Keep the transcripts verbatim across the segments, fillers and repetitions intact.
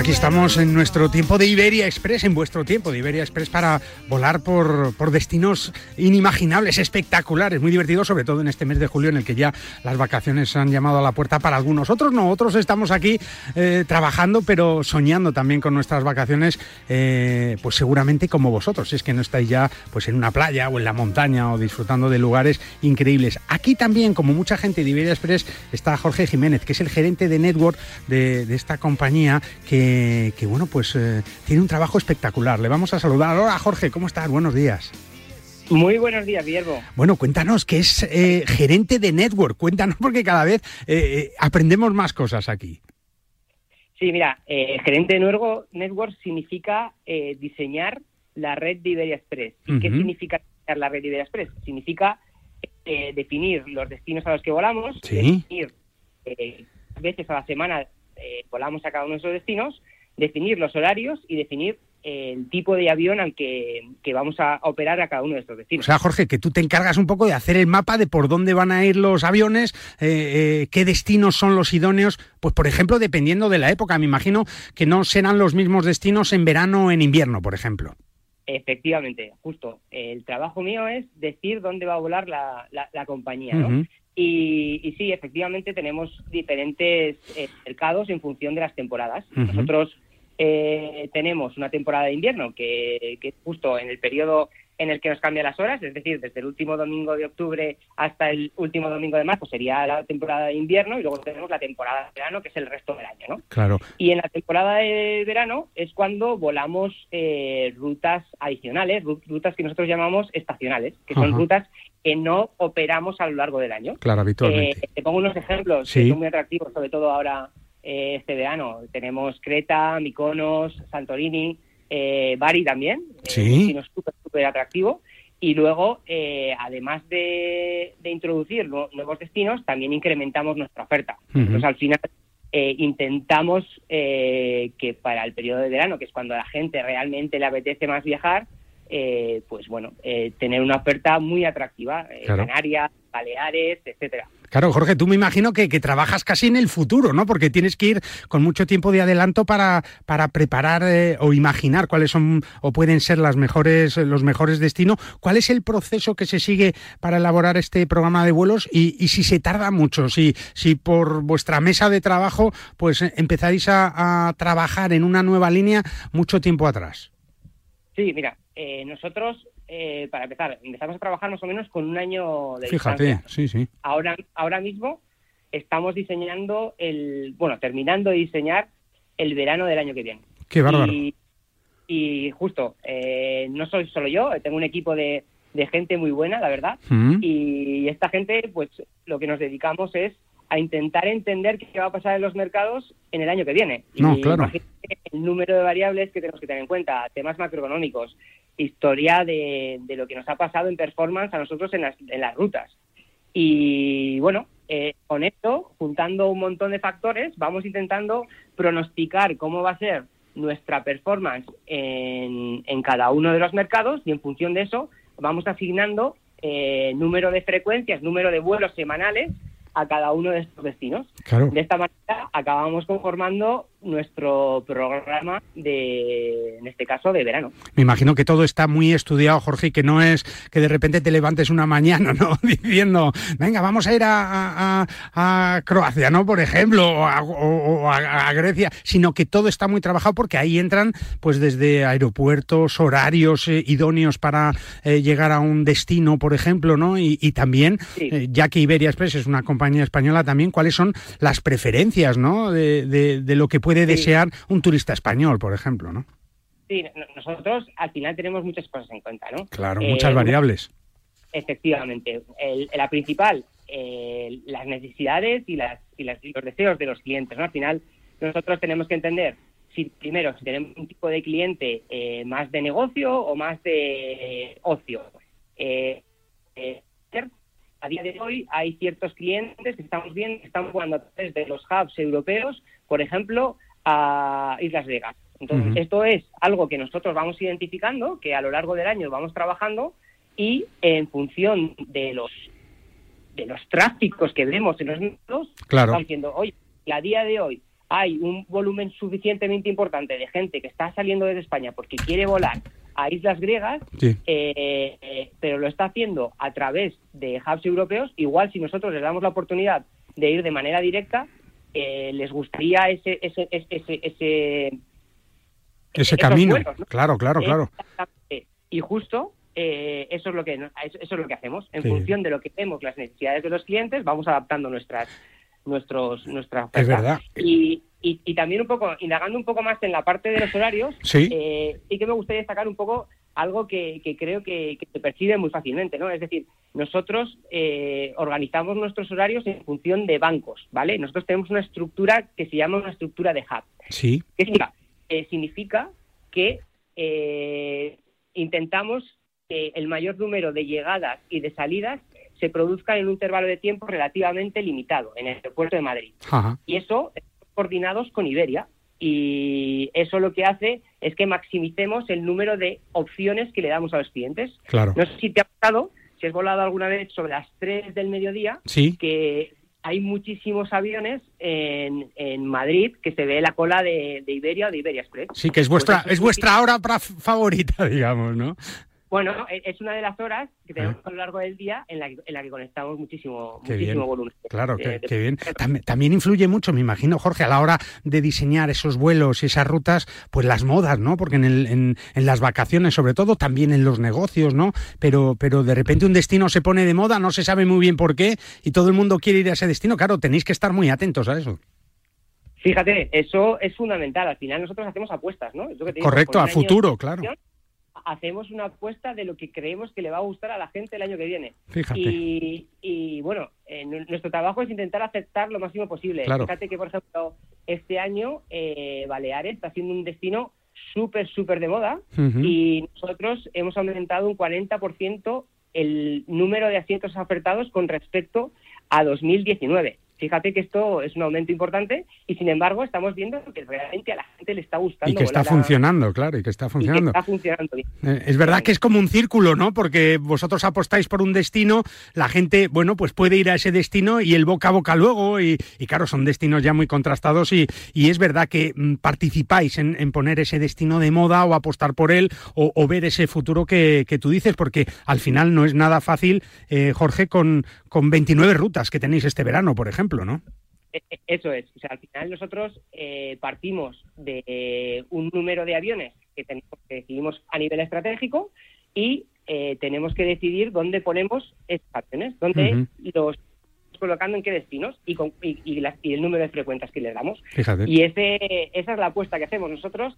aquí estamos en nuestro tiempo de Iberia Express, en vuestro tiempo de Iberia Express, para volar por, por destinos inimaginables, espectaculares, muy divertidos, sobre todo en este mes de julio en el que ya las vacaciones han llamado a la puerta para algunos. Otros no, otros estamos aquí eh, trabajando, pero soñando también con nuestras vacaciones, eh, pues seguramente como vosotros, si es que no estáis ya pues en una playa o en la montaña o disfrutando de lugares increíbles. Aquí también, como mucha gente de Iberia Express, está Jorge Jiménez, que es el gerente de Network de, de esta compañía, que Que, que bueno, pues eh, tiene un trabajo espectacular. Le vamos a saludar. Hola, Jorge, ¿cómo estás? Buenos días. Muy buenos días, Guillermo. Bueno, cuéntanos, que es eh, gerente de Network. Cuéntanos, porque cada vez eh, eh, aprendemos más cosas aquí. Sí, mira, eh, gerente de Network, Network significa eh, diseñar la red de Iberia Express. ¿Y uh-huh. qué significa diseñar la red de Iberia Express? Significa eh, definir los destinos a los que volamos, ¿Sí? definir eh, veces a la semana Eh, volamos a cada uno de esos destinos, definir los horarios y definir eh, el tipo de avión al que, que vamos a operar a cada uno de estos destinos. O sea, Jorge, que tú te encargas un poco de hacer el mapa de por dónde van a ir los aviones, eh, eh, qué destinos son los idóneos, pues por ejemplo, dependiendo de la época. Me imagino que no serán los mismos destinos en verano o en invierno, por ejemplo. Efectivamente, justo. El trabajo mío es decir dónde va a volar la, la, la compañía, ¿no? Uh-huh. Y, y sí, efectivamente tenemos diferentes eh, mercados en función de las temporadas. Uh-huh. Nosotros eh, tenemos una temporada de invierno que, que es justo en el periodo en el que nos cambian las horas, es decir, desde el último domingo de octubre hasta el último domingo de marzo sería la temporada de invierno, y luego tenemos la temporada de verano, que es el resto del año, ¿no? Claro. Y en la temporada de verano es cuando volamos eh, rutas adicionales, rutas que nosotros llamamos estacionales, que son Ajá. rutas que no operamos a lo largo del año. Claro, habitualmente. Eh, te pongo unos ejemplos sí. que son muy atractivos, sobre todo ahora eh, este verano. Tenemos Creta, Mykonos, Santorini, eh, Bari también, sí. eh, un destino súper, súper atractivo. Y luego, eh, además de, de introducir nu- nuevos destinos, también incrementamos nuestra oferta. Uh-huh. Entonces, al final, eh, intentamos eh, que para el periodo de verano, que es cuando a la gente realmente le apetece más viajar, eh, pues bueno, eh, tener una oferta muy atractiva, eh, claro. Canarias, Baleares, etcétera. Claro, Jorge, tú me imagino que, que trabajas casi en el futuro, ¿no? Porque tienes que ir con mucho tiempo de adelanto para, para preparar eh, o imaginar cuáles son o pueden ser las mejores, los mejores destinos. ¿Cuál es el proceso que se sigue para elaborar este programa de vuelos? Y, y si se tarda mucho, si, si por vuestra mesa de trabajo pues empezáis a, a trabajar en una nueva línea mucho tiempo atrás. Sí, mira, eh, nosotros, eh, para empezar, empezamos a trabajar más o menos con un año de Fíjate, distancia. sí, sí. Ahora, ahora mismo estamos diseñando el, bueno, terminando de diseñar el verano del año que viene. ¡Qué bárbaro! Y, y justo, eh, no soy solo yo, tengo un equipo de, de gente muy buena, la verdad, ¿Mm? y esta gente, pues, lo que nos dedicamos es a intentar entender qué va a pasar en los mercados en el año que viene. No, y claro. Imagínate el número de variables que tenemos que tener en cuenta, temas macroeconómicos, historia de, de lo que nos ha pasado en performance a nosotros en las, en las rutas. Y bueno, eh, con esto, juntando un montón de factores, vamos intentando pronosticar cómo va a ser nuestra performance en, en cada uno de los mercados, y en función de eso vamos asignando eh, número de frecuencias, número de vuelos semanales a cada uno de estos destinos. Claro. De esta manera acabamos conformando nuestro programa de, en este caso, de verano. Me imagino que todo está muy estudiado, Jorge, y que no es que de repente te levantes una mañana, ¿no? Diciendo, venga, vamos a ir a, a, a Croacia, ¿no? Por ejemplo, o, a, o a, a Grecia, sino que todo está muy trabajado, porque ahí entran, pues desde aeropuertos, horarios eh, idóneos para eh, llegar a un destino, por ejemplo, ¿no? Y, y también, sí. eh, ya que Iberia Express es una compañía española también, ¿cuáles son las preferencias, ¿no? De, de, de lo que puede sí. desear un turista español, por ejemplo, ¿no? Sí, nosotros al final tenemos muchas cosas en cuenta, ¿no? Claro, muchas eh, variables. Efectivamente. El, la principal, eh, las necesidades y, las, y, las, y los deseos de los clientes, ¿no? Al final nosotros tenemos que entender si primero si tenemos un tipo de cliente eh, más de negocio o más de eh, ocio. Eh, eh, a día de hoy hay ciertos clientes que estamos viendo que están jugando a través de los hubs europeos, por ejemplo, a Islas Vegas. Entonces, uh-huh. esto es algo que nosotros vamos identificando, que a lo largo del año vamos trabajando, y en función de los de los tráficos que vemos en los mercados, claro. estamos diciendo, oye, a día de hoy hay un volumen suficientemente importante de gente que está saliendo desde España porque quiere volar a islas griegas, sí. eh, eh, pero lo está haciendo a través de hubs europeos. Igual si nosotros les damos la oportunidad de ir de manera directa, eh, les gustaría ese ese ese ese, ese, ese camino, vuelos, ¿no? Claro, claro, claro. Y justo eh, eso es lo que eso es lo que hacemos. En sí. función de lo que vemos las necesidades de los clientes, vamos adaptando nuestras nuestros nuestra oferta. Es verdad. Y, y, y también un poco, indagando un poco más en la parte de los horarios, sí, eh, sí que me gustaría destacar un poco algo que, que creo que, que se percibe muy fácilmente, ¿no? Es decir, nosotros eh, organizamos nuestros horarios en función de bancos, ¿vale? Nosotros tenemos una estructura que se llama una estructura de hub. Sí. ¿Qué significa? Eh, significa que eh, intentamos que el mayor número de llegadas y de salidas se produzcan en un intervalo de tiempo relativamente limitado en el aeropuerto de Madrid. Ajá. Y eso coordinados con Iberia, y eso lo que hace es que maximicemos el número de opciones que le damos a los clientes. Claro. No sé si te ha pasado, si has volado alguna vez sobre las tres del mediodía, sí, que hay muchísimos aviones en, en Madrid que se ve la cola de, de Iberia o de Iberia Express. Sí, que es vuestra, pues es vuestra hora favorita, digamos, ¿no? Bueno, es una de las horas que tenemos a lo largo del día en la que, en la que conectamos muchísimo, qué muchísimo bien. volumen. Claro, de, qué, de, qué bien. También, también influye mucho, me imagino, Jorge, a la hora de diseñar esos vuelos y esas rutas, pues las modas, ¿no? Porque en, el, en, en las vacaciones, sobre todo, también en los negocios, ¿no? Pero, pero de repente un destino se pone de moda, no se sabe muy bien por qué, y todo el mundo quiere ir a ese destino. Claro, tenéis que estar muy atentos a eso. Fíjate, eso es fundamental. Al final nosotros hacemos apuestas, ¿no? Es lo que te digo, correcto, a futuro, claro. Hacemos una apuesta de lo que creemos que le va a gustar a la gente el año que viene. Fíjate. Y, y bueno, eh, nuestro trabajo es intentar aceptar lo máximo posible. Claro. Fíjate que, por ejemplo, este año eh, Baleares está siendo un destino súper, súper de moda, uh-huh. y nosotros hemos aumentado un cuarenta por ciento el número de asientos ofertados con respecto a dos mil diecinueve. Fíjate que esto es un aumento importante y, sin embargo, estamos viendo que realmente a la gente le está gustando. Y que está funcionando, a... claro, y que está funcionando. Y que está funcionando bien. Eh, es verdad que es como un círculo, ¿no? Porque vosotros apostáis por un destino, la gente, bueno, pues puede ir a ese destino y el boca a boca luego, y, y claro, son destinos ya muy contrastados, y, y es verdad que mm, participáis en, en poner ese destino de moda o apostar por él, o, o ver ese futuro que, que tú dices, porque al final no es nada fácil, eh, Jorge, con, con veintinueve rutas que tenéis este verano, por ejemplo. ¿No? Eso es, o sea, al final nosotros eh, partimos de eh, un número de aviones que, tenemos, que decidimos a nivel estratégico, y eh, tenemos que decidir dónde ponemos estos aviones, dónde uh-huh. los colocando en qué destinos y, con, y, y, la, y el número de frecuencias que les damos. Fíjate. Y ese, esa es la apuesta que hacemos nosotros,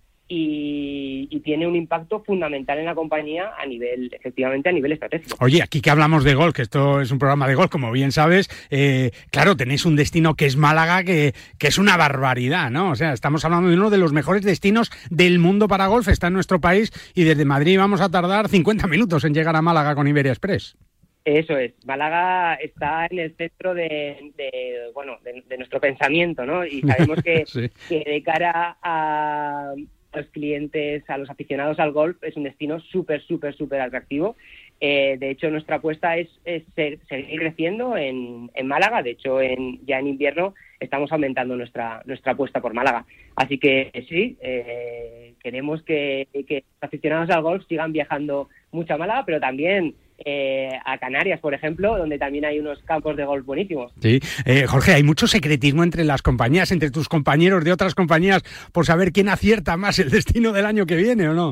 y, y tiene un impacto fundamental en la compañía a nivel, efectivamente, a nivel estratégico. Oye, aquí que hablamos de golf, que esto es un programa de golf, como bien sabes, eh, claro, tenéis un destino que es Málaga, que, que es una barbaridad, ¿no? O sea, estamos hablando de uno de los mejores destinos del mundo para golf, está en nuestro país, y desde Madrid vamos a tardar cincuenta minutos en llegar a Málaga con Iberia Express. Eso es, Málaga está en el centro de, de bueno, de, de nuestro pensamiento, ¿no? Y sabemos que, sí. que de cara a los clientes, a los aficionados al golf, es un destino súper, súper, súper atractivo. Eh, de hecho, nuestra apuesta es, es ser, seguir creciendo en, en Málaga. De hecho, en, ya en invierno estamos aumentando nuestra nuestra apuesta por Málaga. Así que sí, eh, queremos que, que los aficionados al golf sigan viajando mucho a Málaga, pero también Eh, a Canarias, por ejemplo, donde también hay unos campos de golf buenísimos. Sí, eh, Jorge, hay mucho secretismo entre las compañías, entre tus compañeros de otras compañías, por saber quién acierta más el destino del año que viene, ¿o no?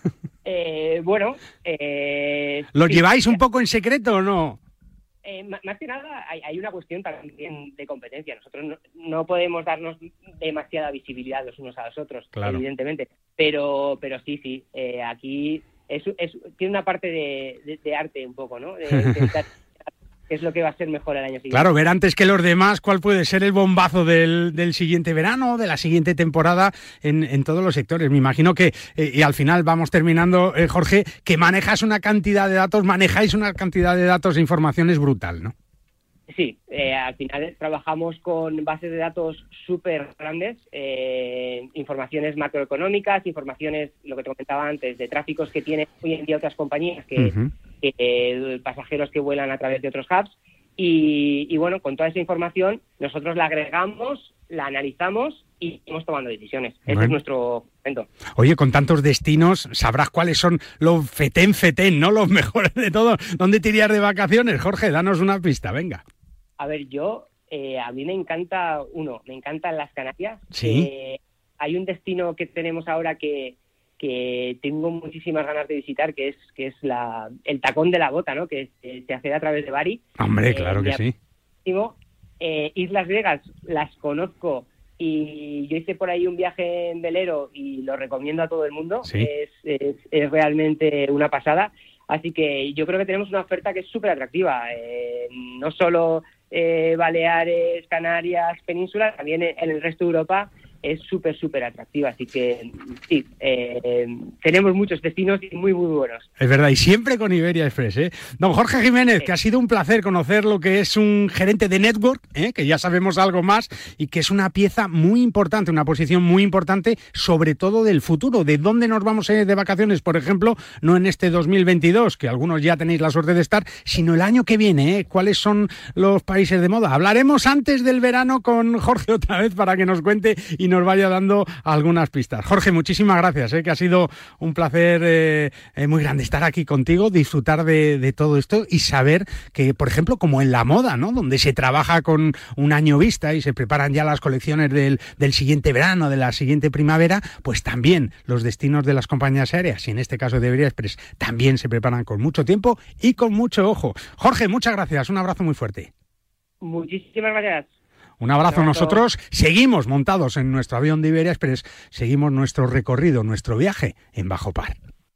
Eh, bueno... Eh, ¿Lo sí, lleváis un poco en secreto o no? Eh, más que nada hay, hay una cuestión también de competencia. Nosotros no, no podemos darnos demasiada visibilidad los unos a los otros, claro. Evidentemente, pero pero sí, sí, eh, aquí es, es, tiene una parte de, de, de arte un poco, ¿no? De intentar qué es lo que va a ser mejor el año siguiente. Claro, ver antes que los demás cuál puede ser el bombazo del, del siguiente verano, de la siguiente temporada en, en todos los sectores. Me imagino que, eh, y al final vamos terminando, eh, Jorge, que manejas una cantidad de datos, manejáis una cantidad de datos e informaciones brutal, ¿no? Sí, eh, al final trabajamos con bases de datos súper grandes, eh, informaciones macroeconómicas, informaciones, lo que te comentaba antes, de tráficos que tienen hoy en día otras compañías, que, uh-huh. que eh, pasajeros que vuelan a través de otros hubs, y, y bueno, con toda esa información nosotros la agregamos, la analizamos y estamos tomando decisiones. Bueno. Ese es nuestro momento. Oye, con tantos destinos, sabrás cuáles son los fetén fetén, ¿no? Los mejores de todos. ¿Dónde te irías de vacaciones, Jorge? Danos una pista, venga. A ver, yo, eh, a mí me encanta, uno, me encantan las Canarias. Sí. Eh, hay un destino que tenemos ahora que, que tengo muchísimas ganas de visitar, que es que es la el Tacón de la Bota, ¿no? Que se, se accede a través de Bari. Hombre, claro eh, que sí. Eh, Islas Griegas las conozco y yo hice por ahí un viaje en velero y lo recomiendo a todo el mundo. Sí. Es, es, es realmente una pasada. Así que yo creo que tenemos una oferta que es súper atractiva. Eh, no solo eh, Baleares, Canarias, Península, también en el resto de Europa es súper, súper atractiva. Así que sí, eh, tenemos muchos destinos y muy, muy buenos. Es verdad, y siempre con Iberia Express, ¿eh? Don Jorge Jiménez, que ha sido un placer conocer lo que es un gerente de network, ¿eh? Que ya sabemos algo más y que es una pieza muy importante, una posición muy importante, sobre todo del futuro, de dónde nos vamos a ir de vacaciones, por ejemplo, no en este dos mil veintidós, que algunos ya tenéis la suerte de estar, sino el año que viene, ¿eh? ¿Cuáles son los países de moda? Hablaremos antes del verano con Jorge otra vez para que nos cuente y nos vaya dando algunas pistas. Jorge, muchísimas gracias, ¿eh? Que ha sido un placer eh, eh, muy grande estar aquí contigo, disfrutar de, de todo esto y saber que, por ejemplo, como en la moda, ¿no? Donde se trabaja con un año vista y se preparan ya las colecciones del, del siguiente verano, de la siguiente primavera, pues también los destinos de las compañías aéreas, y en este caso de Iberia Express, también se preparan con mucho tiempo y con mucho ojo. Jorge, muchas gracias, un abrazo muy fuerte. Muchísimas gracias. Un abrazo. Nosotros seguimos montados en nuestro avión de Iberia Express, seguimos nuestro recorrido, nuestro viaje en bajo par.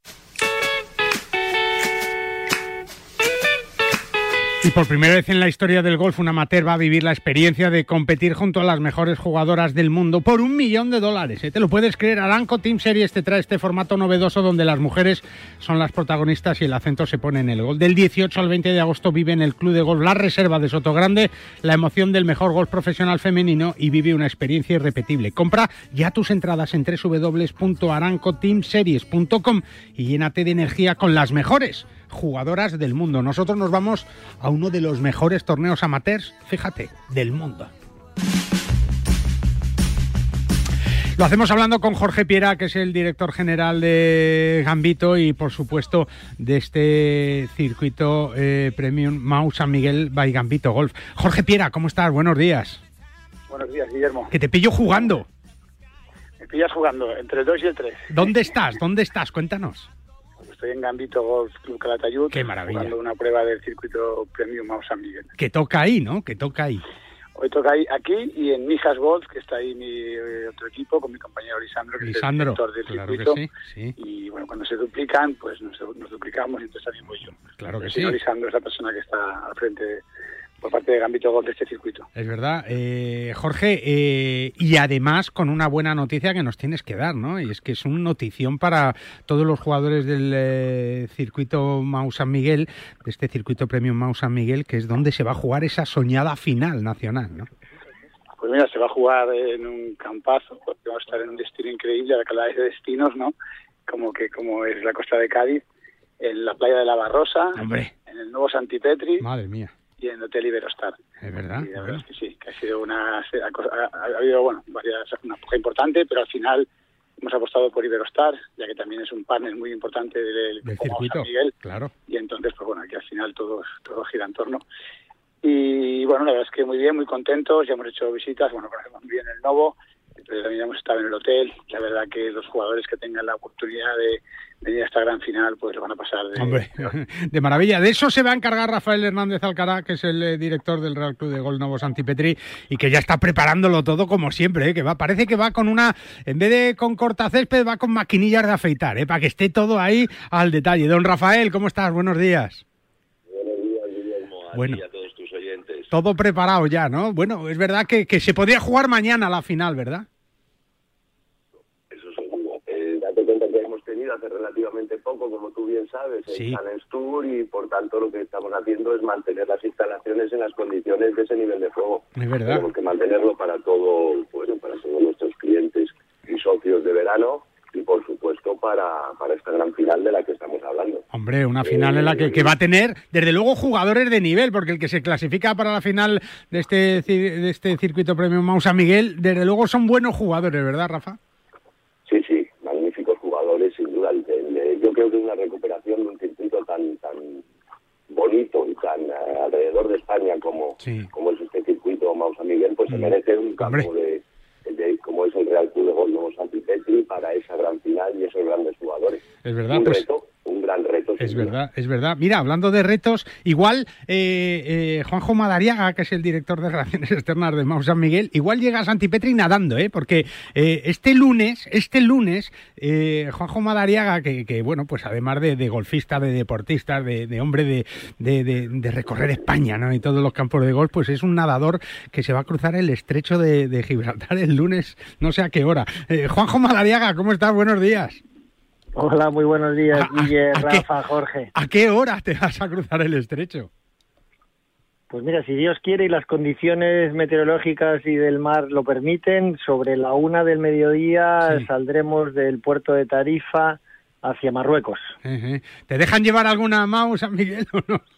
Y por primera vez en la historia del golf, un amateur va a vivir la experiencia de competir junto a las mejores jugadoras del mundo por un millón de dólares. ¿eh? ¿Te lo puedes creer? Aramco Team Series te trae este formato novedoso donde las mujeres son las protagonistas y el acento se pone en el golf. Del dieciocho al veinte de agosto vive en el Club de Golf La Reserva de Sotogrande la emoción del mejor golf profesional femenino y vive una experiencia irrepetible. Compra ya tus entradas en doble u doble u doble u punto aramco team series punto com y llénate de energía con las mejores jugadoras del mundo. Nosotros nos vamos a uno de los mejores torneos amateurs, fíjate, del mundo. Lo hacemos hablando con Jorge Piera, que es el director general de Gambito y, por supuesto, de este circuito eh, Premium Mau San Miguel by Gambito Golf. Jorge Piera, ¿cómo estás? Buenos días. Buenos días, Guillermo. Que te pillo jugando. Me pillas jugando, entre el dos y el tres. ¿Dónde estás? ¿Dónde estás? Cuéntanos. Estoy en Gambito Golf Club Calatayud. Qué maravilla. Jugando una prueba del circuito Premium Mau San Miguel. Que toca ahí, ¿no? Que toca ahí. Hoy toca ahí, aquí y en Mijas Golf, que está ahí mi eh, otro equipo, con mi compañero Lisandro, que Lisandro, es el director del claro circuito. Que sí, sí. Y bueno, cuando se duplican, pues nos, nos duplicamos y entonces también voy yo. Claro que el sí. Lisandro es la persona que está al frente de, por parte de Gambito Golf de este circuito. Es verdad. Eh, Jorge, eh, y además con una buena noticia que nos tienes que dar, ¿no? Y es que es una notición para todos los jugadores del eh, circuito Mau San Miguel, de este circuito Premium Mau San Miguel, que es donde se va a jugar esa soñada final nacional, ¿no? Pues mira, se va a jugar en un campazo, porque vamos a estar en un destino increíble, la calidad de destinos, ¿no? Como que como es la costa de Cádiz, en la playa de la Barrosa, ¡hombre! En el nuevo Santipetri. Madre mía. Y en el Hotel Iberostar. Es verdad. Y la verdad es que sí, que ha sido una... Ha, ha habido, bueno, varias, una puja importante, pero al final hemos apostado por Iberostar, ya que también es un partner muy importante del, del circuito, San Miguel. Claro. Y entonces, pues bueno, aquí al final todo, todo gira en torno. Y bueno, la verdad es que muy bien, muy contentos, ya hemos hecho visitas, bueno, conocemos muy bien el Novo, pero también hemos estado en el hotel. La verdad que los jugadores que tengan la oportunidad de venir a esta gran final, pues lo van a pasar de... Hombre, de maravilla. De eso se va a encargar Rafael Hernández Alcará, que es el eh, director del Real Club de Golf Novo Santipetri, y que ya está preparándolo todo como siempre, ¿eh? Que va, parece que va con una, en vez de con cortacésped, va con maquinillas de afeitar, ¿eh? Para que esté todo ahí al detalle. Don Rafael, ¿cómo estás? Buenos días. Buenos días, Guillermo. A bueno. ti y a todos tus oyentes. Todo preparado ya, ¿no? Bueno, es verdad que, que se podría jugar mañana la final, ¿verdad? Eso seguro. Eh, date cuenta que hemos tenido hace relativamente poco, como tú bien sabes, sí. el Challenge Tour, y por tanto lo que estamos haciendo es mantener las instalaciones en las condiciones de ese nivel de juego. Es verdad. Tenemos que mantenerlo para todo, bueno, para todos nuestros clientes y socios de verano, y por supuesto para, para esta gran final de la que estamos hablando. Hombre, una final eh, en la que, que va a tener, desde luego, jugadores de nivel, porque el que se clasifica para la final de este, de este circuito Premium Mau San Miguel, desde luego son buenos jugadores, ¿verdad, Rafa? Sí, sí, magníficos jugadores, sin duda. Yo creo que es una recuperación de un circuito tan tan bonito y tan uh, alrededor de España como, sí. como es este circuito Mau San Miguel, pues mm. se merece un campo de, de como es el Real Club de Golf Nuevo Santi Petri para esa gran final y esos grandes jugadores. Es verdad, un pues... reto. Un gran reto. Es verdad, es verdad. Mira, hablando de retos, igual eh, eh, Juanjo Madariaga, que es el director de Relaciones Externas de Mau San Miguel, igual llega a Santi Petri nadando, ¿eh? Porque eh, este lunes, este lunes, eh, Juanjo Madariaga, que, que bueno, pues además de, de golfista, de deportista, de, de hombre de, de, de, de recorrer España, ¿no? Y todos los campos de golf, pues es un nadador que se va a cruzar el estrecho de, de Gibraltar el lunes, no sé a qué hora. Eh, Juanjo Madariaga, ¿cómo estás? Buenos días. Hola, muy buenos días, Guille, Rafa, qué, Jorge. ¿A qué hora te vas a cruzar el estrecho? Pues mira, si Dios quiere y las condiciones meteorológicas y del mar lo permiten, sobre la una del mediodía sí. saldremos del puerto de Tarifa hacia Marruecos. Uh-huh. ¿Te dejan llevar alguna Mau San Miguel o no?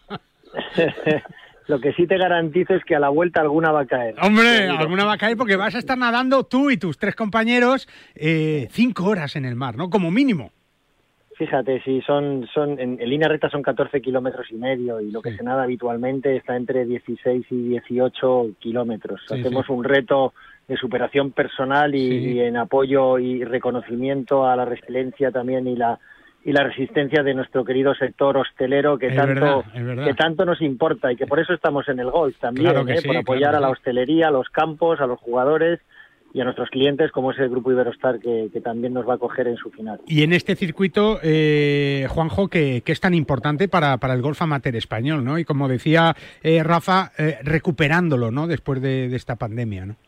Lo que sí te garantizo es que a la vuelta alguna va a caer. Hombre, alguna va a caer porque vas a estar nadando tú y tus tres compañeros eh, cinco horas en el mar, ¿no? Como mínimo. Fíjate, sí, son, son en, en línea recta son catorce kilómetros y medio y lo que sí. se nada habitualmente está entre dieciséis y dieciocho kilómetros. Sí, Hacemos sí. un reto de superación personal y, sí. y en apoyo y reconocimiento a la resiliencia también y la y la resistencia de nuestro querido sector hostelero que es tanto verdad, es verdad. que tanto nos importa y que por eso estamos en el golf también, claro ¿eh? sí, por apoyar claro a la sí. hostelería, a los campos, a los jugadores y a nuestros clientes, como es el Grupo Iberostar, que, que también nos va a acoger en su final. Y en este circuito, eh, Juanjo, que, que es tan importante para, para el golf amateur español, ¿no? Y como decía eh, Rafa, eh, recuperándolo, ¿no? Después de, de esta pandemia, ¿no?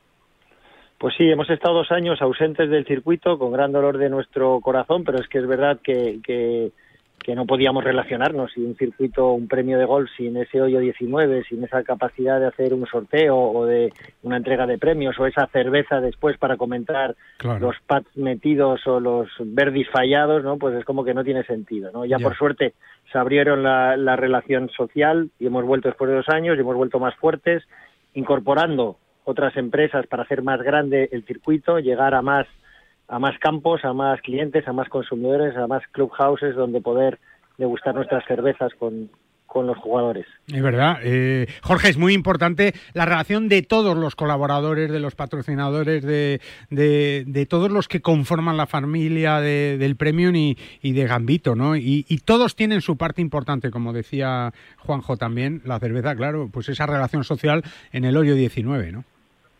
Pues sí, hemos estado dos años ausentes del circuito, con gran dolor de nuestro corazón, pero es que es verdad que... que que no podíamos relacionarnos sin un circuito, un premio de golf, sin ese hoyo diecinueve, sin esa capacidad de hacer un sorteo o de una entrega de premios o esa cerveza después para comentar claro. los pads metidos o los birdies fallados, ¿no? Pues es como que no tiene sentido, ¿no? Ya, ya. por suerte se abrieron la, la relación social y hemos vuelto después de dos años y hemos vuelto más fuertes, incorporando otras empresas para hacer más grande el circuito, llegar a más a más campos, a más clientes, a más consumidores, a más clubhouses donde poder degustar nuestras cervezas con, con los jugadores. Es verdad. Eh, Jorge, es muy importante la relación de todos los colaboradores, de los patrocinadores, de, de, de todos los que conforman la familia de, del Premium y, y de Gambito, ¿no? Y, y todos tienen su parte importante, como decía Juanjo también, la cerveza, claro, pues esa relación social en el hoyo diecinueve, ¿no?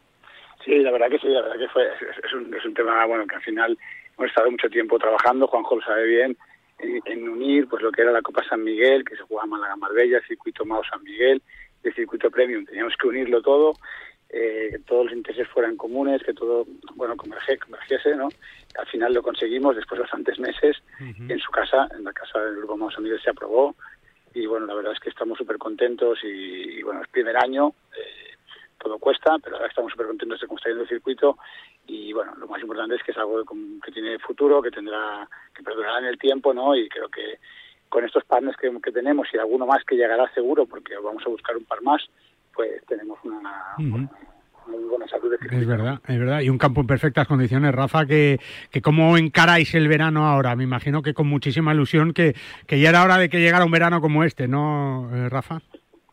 Sí, la verdad que sí, la verdad que fue es un, es un tema bueno que al final hemos estado mucho tiempo trabajando, Juanjo lo sabe bien, en, en unir pues lo que era la Copa San Miguel, que se jugaba en Málaga-Marbella, el circuito Mau San Miguel, el circuito Premium, teníamos que unirlo todo, eh, que todos los intereses fueran comunes, que todo bueno converge, convergiese, ¿no? Al final lo conseguimos después de bastantes meses, uh-huh. en su casa, en la casa del Grupo Mau San Miguel se aprobó y bueno, la verdad es que estamos súper contentos y, y bueno, es primer año, eh, todo cuesta, pero ahora estamos súper contentos de cómo está yendo el circuito y bueno, lo más importante es que es algo que tiene futuro, que tendrá, que perdurará en el tiempo, ¿no? Y creo que con estos partners que, que tenemos y alguno más que llegará seguro, porque vamos a buscar un par más, pues tenemos una, uh-huh. una muy buena salud de circuito. Es verdad, es verdad, y un campo en perfectas condiciones, Rafa, que, que cómo encaráis el verano ahora, me imagino que con muchísima ilusión, que, que ya era hora de que llegara un verano como este, ¿no, eh, Rafa?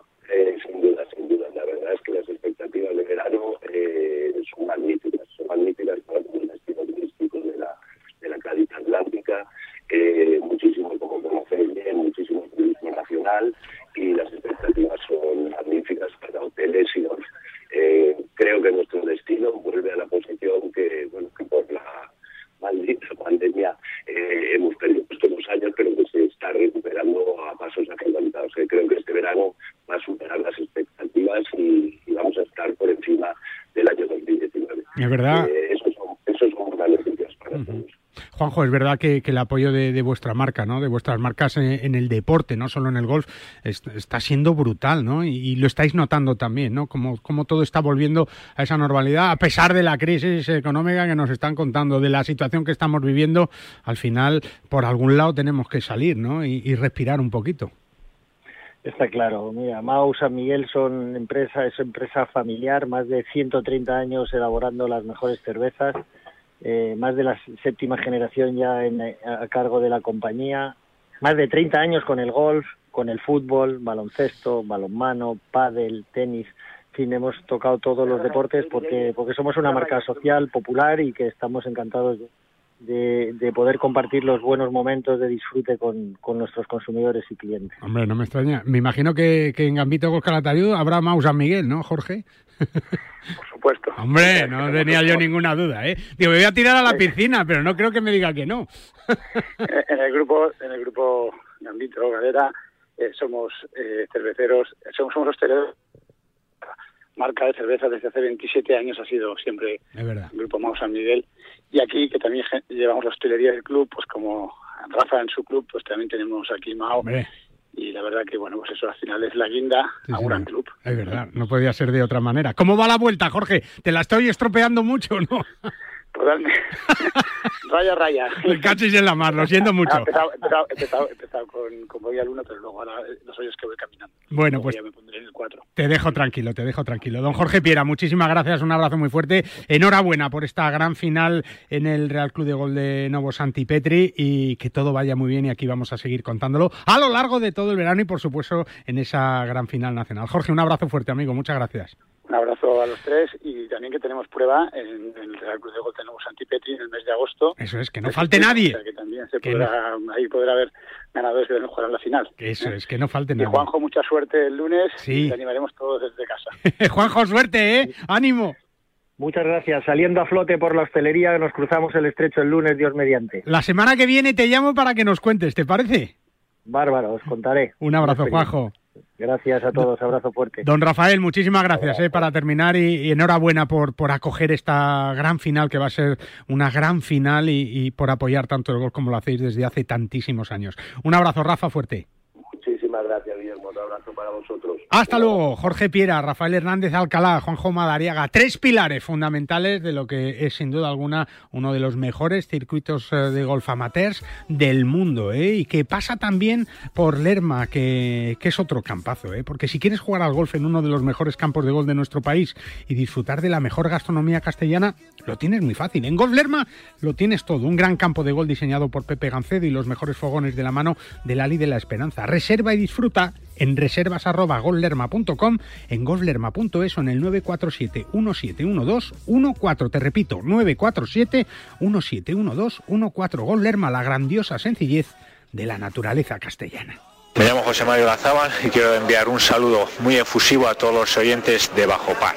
Son magníficas, son magníficas para el destino turístico de la, de la Cádiz Atlántica, eh, muchísimo, como conocéis bien, muchísimo turismo nacional y las expectativas son magníficas para hoteles y golf. Eh, creo que nuestro destino vuelve a la posición que, bueno, que por la maldita pandemia eh, hemos perdido estos dos años, pero que se está recuperando a pasos agigantados. Eh, creo que este verano va a superar las expectativas y, y vamos a estar por encima del año dos mil diecinueve. Es verdad. Eh, esos son, esos son grandes noticias para uh-huh. todos. Juanjo, es verdad que, que el apoyo de, de vuestra marca, ¿no? De vuestras marcas en, en el deporte, no solo en el golf, es, está siendo brutal, ¿no? Y, y lo estáis notando también, ¿no? Como, como todo está volviendo a esa normalidad, a pesar de la crisis económica que nos están contando, de la situación que estamos viviendo, al final, por algún lado tenemos que salir, ¿no? Y, y respirar un poquito. Está claro. Mira, Mahou San Miguel son empresa, es empresa familiar, más de ciento treinta años elaborando las mejores cervezas, eh, más de la séptima generación ya en, a cargo de la compañía, más de treinta años con el golf, con el fútbol, baloncesto, balonmano, pádel, tenis. En fin, hemos tocado todos los deportes porque porque somos una marca social, popular y que estamos encantados de De, de poder compartir los buenos momentos de disfrute con, con nuestros consumidores y clientes. Hombre, no me extraña. Me imagino que, que en Gambito Golf Calatayud habrá Mahou San Miguel, ¿no, Jorge? Por supuesto. Hombre, no tenía yo ninguna duda, ¿eh? Digo, me voy a tirar a la piscina, pero no creo que me diga que no. En el grupo, en el grupo Gambito Galera eh, somos eh, cerveceros, somos, somos hosteleros. Marca de cerveza desde hace veintisiete años ha sido siempre el grupo Mahou San Miguel. Y aquí, que también llevamos la hostelería del club, pues como Rafa en su club, pues también tenemos aquí Mahou. Hombre. Y la verdad que, bueno, pues eso al final es la guinda sí, a un sí, gran club. Es verdad, no podía ser de otra manera. ¿Cómo va la vuelta, Jorge? ¿Te la estoy estropeando mucho o no? Totalmente. Raya, raya. Me cachis en la mar, lo siento mucho. He empezado, empezado, empezado, empezado con, con voy al uno, pero luego ahora los hoyos que voy caminando. Bueno, luego pues ya me pondré en el cuatro. Te dejo tranquilo, te dejo tranquilo. Don Jorge Piera, muchísimas gracias, un abrazo muy fuerte. Enhorabuena por esta gran final en el Real Club de Golf de Novo Santipetri y que todo vaya muy bien y aquí vamos a seguir contándolo a lo largo de todo el verano y por supuesto en esa gran final nacional. Jorge, un abrazo fuerte, amigo, muchas gracias. Un abrazo a los tres y también que tenemos prueba en, en el Real Club de Golf de Novo Santipetri en el mes de agosto. Eso es, que no falte nadie. O sea, que también se podrá, no. ahí podrá haber ganadores que deben jugar en la final. Eso ¿eh? es, que no falte y nadie. Juanjo, mucha suerte el lunes sí. y te animaremos todos desde casa. Juanjo, suerte, ¿eh? ¡Ánimo! Muchas gracias. Saliendo a flote por la hostelería, nos cruzamos el estrecho el lunes, Dios mediante. La semana que viene te llamo para que nos cuentes, ¿te parece? Bárbaro, os contaré. Un abrazo, Juanjo. Gracias a todos, abrazo fuerte. Don Rafael, muchísimas gracias eh, para terminar y, y enhorabuena por, por acoger esta gran final que va a ser una gran final y, y por apoyar tanto el golf como lo hacéis desde hace tantísimos años. Un abrazo, Rafa, fuerte. Muchísimas gracias, Guillermo. Un abrazo para vosotros. Hasta luego. Jorge Piera, Rafael Hernández Alcalá, Juanjo Madariaga. Tres pilares fundamentales de lo que es sin duda alguna uno de los mejores circuitos de golf amateurs del mundo, ¿eh? Y que pasa también por Lerma, que, que es otro campazo, ¿eh? Porque si quieres jugar al golf en uno de los mejores campos de golf de nuestro país y disfrutar de la mejor gastronomía castellana, lo tienes muy fácil. En Golf Lerma lo tienes todo. Un gran campo de golf diseñado por Pepe Gancedo y los mejores fogones de la mano de Lali de la Esperanza. Reserva y disfruta en reservas arroba golflerma punto com, en golflerma punto es o en el nueve cuatro siete, uno siete uno dos, uno cuatro. Te repito, nueve cuatro siete, uno siete uno dos, uno cuatro. Golf Lerma, la grandiosa sencillez de la naturaleza castellana. Me llamo José Mario Lazábal y quiero enviar un saludo muy efusivo a todos los oyentes de Bajo Par.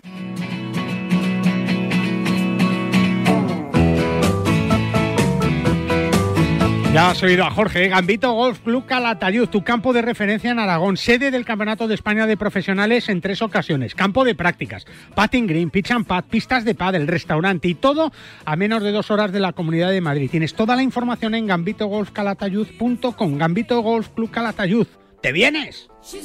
Ya has oído a Jorge, Gambito Golf Club Calatayud, tu campo de referencia en Aragón, sede del Campeonato de España de Profesionales en tres ocasiones, campo de prácticas, putting green, pitch and putt, pistas de pádel, restaurante y todo a menos de dos horas de la Comunidad de Madrid. Tienes toda la información en gambito golf calatayud punto com, Gambito Golf Club Calatayud. ¿Te vienes?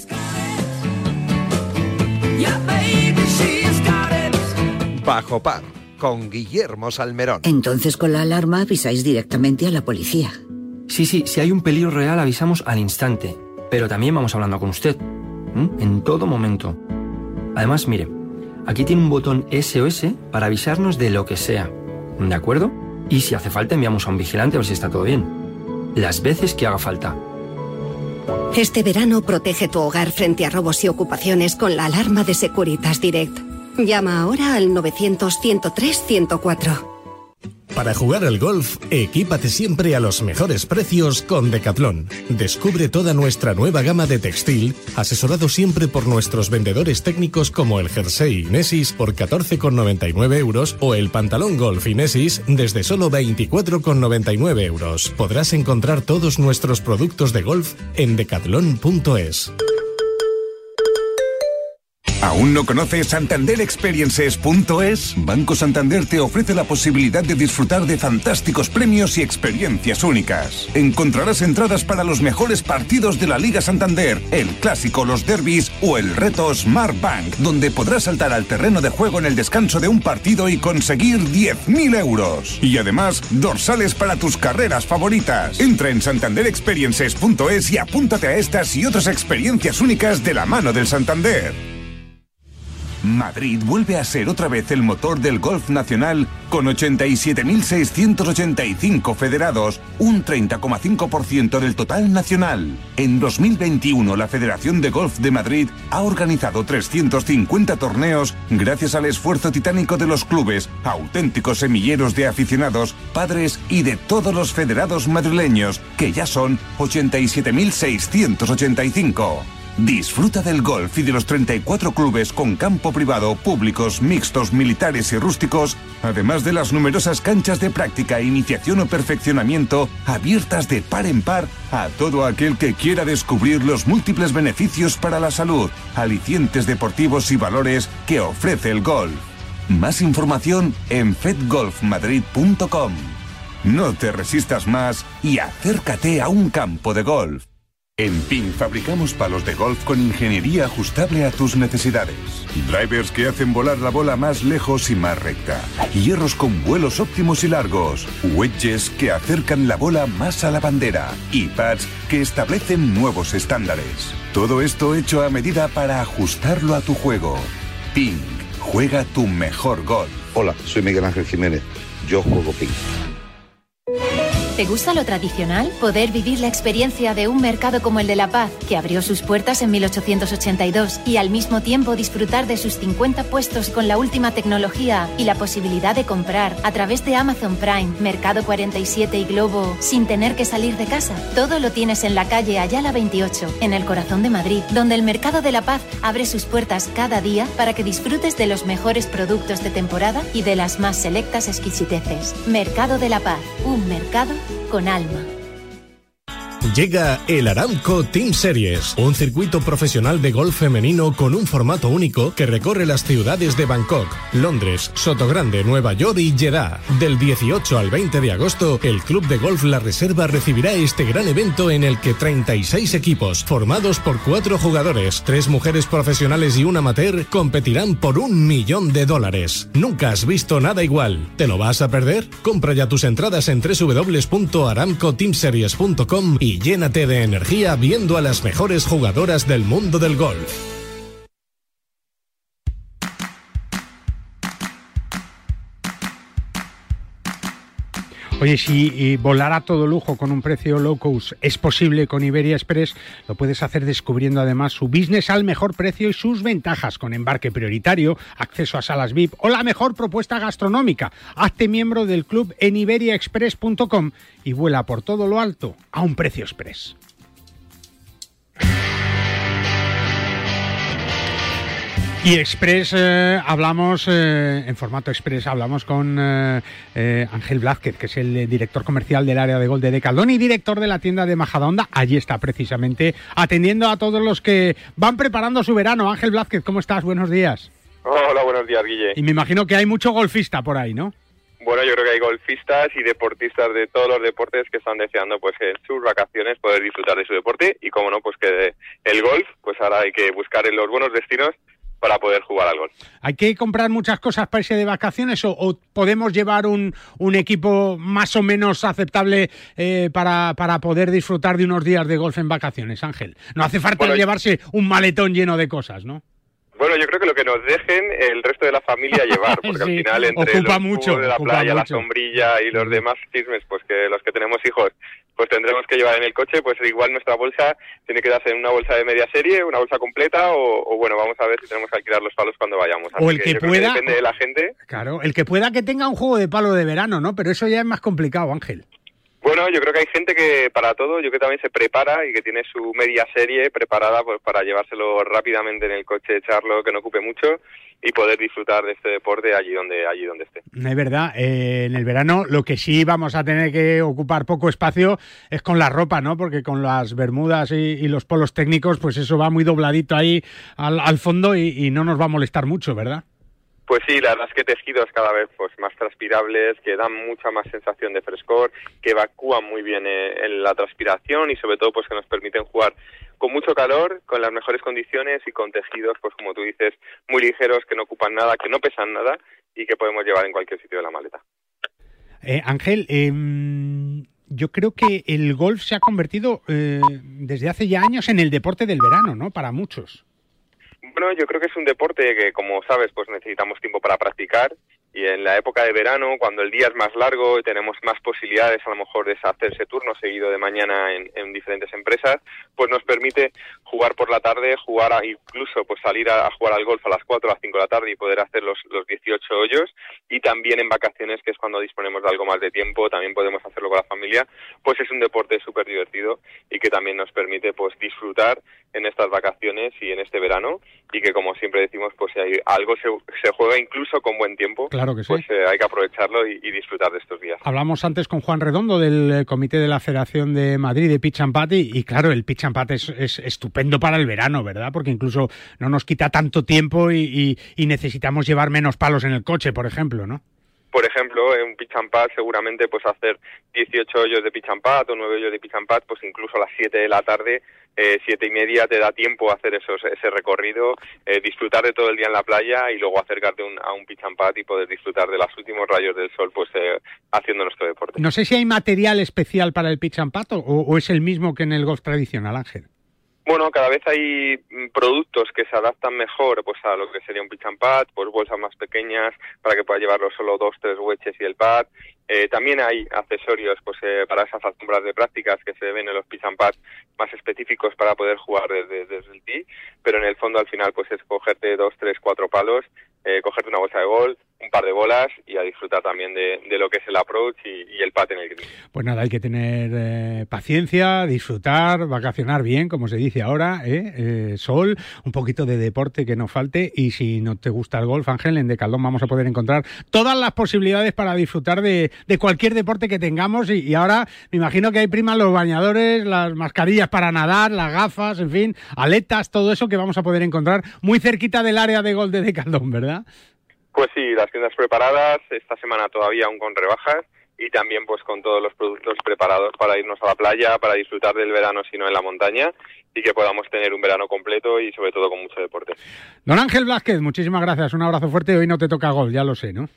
Bajo Par, con Guillermo Salmerón. Entonces con la alarma avisáis directamente a la policía. Sí, sí, si hay un peligro real avisamos al instante, pero también vamos hablando con usted, ¿m? En todo momento. Además, mire, aquí tiene un botón S O S para avisarnos de lo que sea, ¿de acuerdo? Y si hace falta enviamos a un vigilante a ver si está todo bien. Las veces que haga falta. Este verano protege tu hogar frente a robos y ocupaciones con la alarma de Securitas Direct. Llama ahora al novecientos, ciento tres, ciento cuatro. Para jugar al golf, equípate siempre a los mejores precios con Decathlon. Descubre toda nuestra nueva gama de textil, asesorado siempre por nuestros vendedores técnicos como el jersey Inesis por catorce con noventa y nueve euros o el pantalón golf Inesis desde solo veinticuatro con noventa y nueve euros. Podrás encontrar todos nuestros productos de golf en decathlon punto es. ¿Aún no conoces santander experiences punto es? Banco Santander te ofrece la posibilidad de disfrutar de fantásticos premios y experiencias únicas. Encontrarás entradas para los mejores partidos de la Liga Santander, el Clásico, los derbis o el reto Smart Bank, donde podrás saltar al terreno de juego en el descanso de un partido y conseguir diez mil euros. Y además, dorsales para tus carreras favoritas. Entra en santander experiences punto es y apúntate a estas y otras experiencias únicas de la mano del Santander. Madrid vuelve a ser otra vez el motor del golf nacional con ochenta y siete mil seiscientos ochenta y cinco federados, un treinta coma cinco por ciento del total nacional. En dos mil veintiuno, la Federación de Golf de Madrid ha organizado trescientos cincuenta torneos gracias al esfuerzo titánico de los clubes, auténticos semilleros de aficionados, padres y de todos los federados madrileños, que ya son ochenta y siete mil seiscientos ochenta y cinco. Disfruta del golf y de los treinta y cuatro clubes con campo privado, públicos, mixtos, militares y rústicos, además de las numerosas canchas de práctica, iniciación o perfeccionamiento abiertas de par en par a todo aquel que quiera descubrir los múltiples beneficios para la salud, alicientes deportivos y valores que ofrece el golf. Más información en fed golf madrid punto com. No te resistas más y acércate a un campo de golf. En P I N fabricamos palos de golf con ingeniería ajustable a tus necesidades. Drivers que hacen volar la bola más lejos y más recta. Hierros con vuelos óptimos y largos. Wedges que acercan la bola más a la bandera. Y pads que establecen nuevos estándares. Todo esto hecho a medida para ajustarlo a tu juego. P I N, juega tu mejor golf. Hola, soy Miguel Ángel Jiménez. Yo juego P I N. ¿Te gusta lo tradicional? Poder vivir la experiencia de un mercado como el de La Paz, que abrió sus puertas en mil ochocientos ochenta y dos, y al mismo tiempo disfrutar de sus cincuenta puestos con la última tecnología y la posibilidad de comprar a través de Amazon Prime, Mercado cuarenta y siete y Globo sin tener que salir de casa. Todo lo tienes en la calle Ayala veintiocho, en el corazón de Madrid, donde el Mercado de La Paz abre sus puertas cada día para que disfrutes de los mejores productos de temporada y de las más selectas exquisiteces. Mercado de La Paz, un mercado con alma. Llega el Aramco Team Series, un circuito profesional de golf femenino con un formato único que recorre las ciudades de Bangkok, Londres, Sotogrande, Nueva York y Jeddah. Del dieciocho al veinte de agosto, el Club de Golf La Reserva recibirá este gran evento en el que treinta y seis equipos, formados por cuatro jugadores, tres mujeres profesionales y un amateur, competirán por un millón de dólares. Nunca has visto nada igual. ¿Te lo vas a perder? Compra ya tus entradas en doble u doble u doble u punto aramco team series punto com y llénate de energía viendo a las mejores jugadoras del mundo del golf. Oye, si volar a todo lujo con un precio low cost es posible con Iberia Express, lo puedes hacer descubriendo además su business al mejor precio y sus ventajas con embarque prioritario, acceso a salas V I P o la mejor propuesta gastronómica. Hazte miembro del club en iberia express punto com y vuela por todo lo alto a un precio express. Y Express, eh, hablamos, eh, en formato Express, hablamos con eh, eh, Ángel Blázquez, que es el director comercial del área de golf de Decathlon y director de la tienda de Majadahonda. Allí está precisamente atendiendo a todos los que van preparando su verano. Ángel Blázquez, ¿cómo estás? Buenos días. Hola, buenos días, Guille. Y me imagino que hay mucho golfista por ahí, ¿no? Bueno, yo creo que hay golfistas y deportistas de todos los deportes que están deseando pues en sus vacaciones poder disfrutar de su deporte y, como no, pues que el golf, pues ahora hay que buscar en los buenos destinos para poder jugar al golf. ¿Hay que comprar muchas cosas para irse de vacaciones o, o podemos llevar un, un equipo más o menos aceptable eh, para, para poder disfrutar de unos días de golf en vacaciones, Ángel? No hace falta bueno, llevarse un maletón lleno de cosas, ¿no? Bueno, yo creo que lo que nos dejen el resto de la familia llevar, porque sí, al final entre los mucho, de la playa, mucho. La sombrilla y los demás chismes, pues que los que tenemos hijos, pues tendremos que llevar en el coche, pues igual nuestra bolsa tiene que darse en una bolsa de media serie, una bolsa completa, o, o bueno, vamos a ver si tenemos que alquilar los palos cuando vayamos. Así o el que, que pueda, que depende de la gente. Claro, el que pueda que tenga un juego de palo de verano, ¿no? Pero eso ya es más complicado, Ángel. Bueno, yo creo que hay gente que para todo, yo creo que también se prepara y que tiene su media serie preparada pues para llevárselo rápidamente en el coche, echarlo, que no ocupe mucho y poder disfrutar de este deporte allí donde allí donde esté. Es verdad, eh, en el verano lo que sí vamos a tener que ocupar poco espacio es con la ropa, ¿no? Porque con las bermudas y, y los polos técnicos, pues eso va muy dobladito ahí al, al fondo y, y no nos va a molestar mucho, ¿verdad? Pues sí, la verdad es que tejidos cada vez pues más transpirables, que dan mucha más sensación de frescor, que evacúan muy bien eh, en la transpiración y sobre todo pues que nos permiten jugar con mucho calor, con las mejores condiciones y con tejidos, pues como tú dices, muy ligeros, que no ocupan nada, que no pesan nada y que podemos llevar en cualquier sitio de la maleta. Eh, Ángel, eh, yo creo que el golf se ha convertido eh, desde hace ya años en el deporte del verano, ¿no? Para muchos. Bueno, yo creo que es un deporte que, como sabes, pues necesitamos tiempo para practicar y en la época de verano, cuando el día es más largo y tenemos más posibilidades a lo mejor de hacerse turno seguido de mañana en, en diferentes empresas, pues nos permite jugar por la tarde, jugar a, incluso pues salir a, a jugar al golf a las cuatro o las cinco de la tarde y poder hacer los, los dieciocho hoyos, y también en vacaciones, que es cuando disponemos de algo más de tiempo, también podemos hacerlo con la familia, pues es un deporte súper divertido y que también nos permite pues disfrutar en estas vacaciones y en este verano, y que como siempre decimos, pues si hay algo se, se juega incluso con buen tiempo. Claro que sí. Pues eh, hay que aprovecharlo y, y disfrutar de estos días. Hablamos antes con Juan Redondo del eh, Comité de la Federación de Madrid de Pitch and Putt y, y claro, el Pitch and Putt es, es estupendo para el verano, ¿verdad? Porque incluso no nos quita tanto tiempo y, y, y necesitamos llevar menos palos en el coche, por ejemplo, ¿no? Por ejemplo, en un pitch and putt seguramente pues hacer dieciocho hoyos de pitch and putt o nueve hoyos de pitch and putt, pues incluso a las siete de la tarde, eh, siete y media te da tiempo a hacer esos, ese recorrido, eh, disfrutar de todo el día en la playa y luego acercarte un, a un pitch and putt y poder disfrutar de los últimos rayos del sol pues eh, haciendo nuestro deporte. No sé si hay material especial para el pitch and putt o, o es el mismo que en el golf tradicional, Ángel. Bueno, cada vez hay productos que se adaptan mejor pues a lo que sería un pitch and putt, pues bolsas más pequeñas para que pueda llevarlo solo dos, tres wedges y el pad. Eh, también hay accesorios pues eh, para esas alfombras de prácticas que se ven en los pitch and putt más específicos para poder jugar desde, desde el tee, pero en el fondo al final pues es cogerte dos, tres, cuatro palos, eh, cogerte una bolsa de golf, un par de bolas y a disfrutar también de, de lo que es el approach y, y el putt en el green. Pues nada, hay que tener eh, paciencia, disfrutar, vacacionar bien, como se dice ahora, ¿eh? Eh, sol, un poquito de deporte que no falte, y si no te gusta el golf, Ángel, en Decathlon vamos a poder encontrar todas las posibilidades para disfrutar de, de cualquier deporte que tengamos, y, y ahora me imagino que hay primas los bañadores, las mascarillas para nadar, las gafas, en fin, aletas, todo eso que vamos a poder encontrar muy cerquita del área de golf de Decathlon, ¿verdad? Pues sí, las tiendas preparadas, esta semana todavía aún con rebajas, y también pues con todos los productos preparados para irnos a la playa, para disfrutar del verano sino en la montaña, y que podamos tener un verano completo y sobre todo con mucho deporte. Don Ángel Blázquez, muchísimas gracias, un abrazo fuerte. Hoy no te toca golf, ya lo sé, ¿no?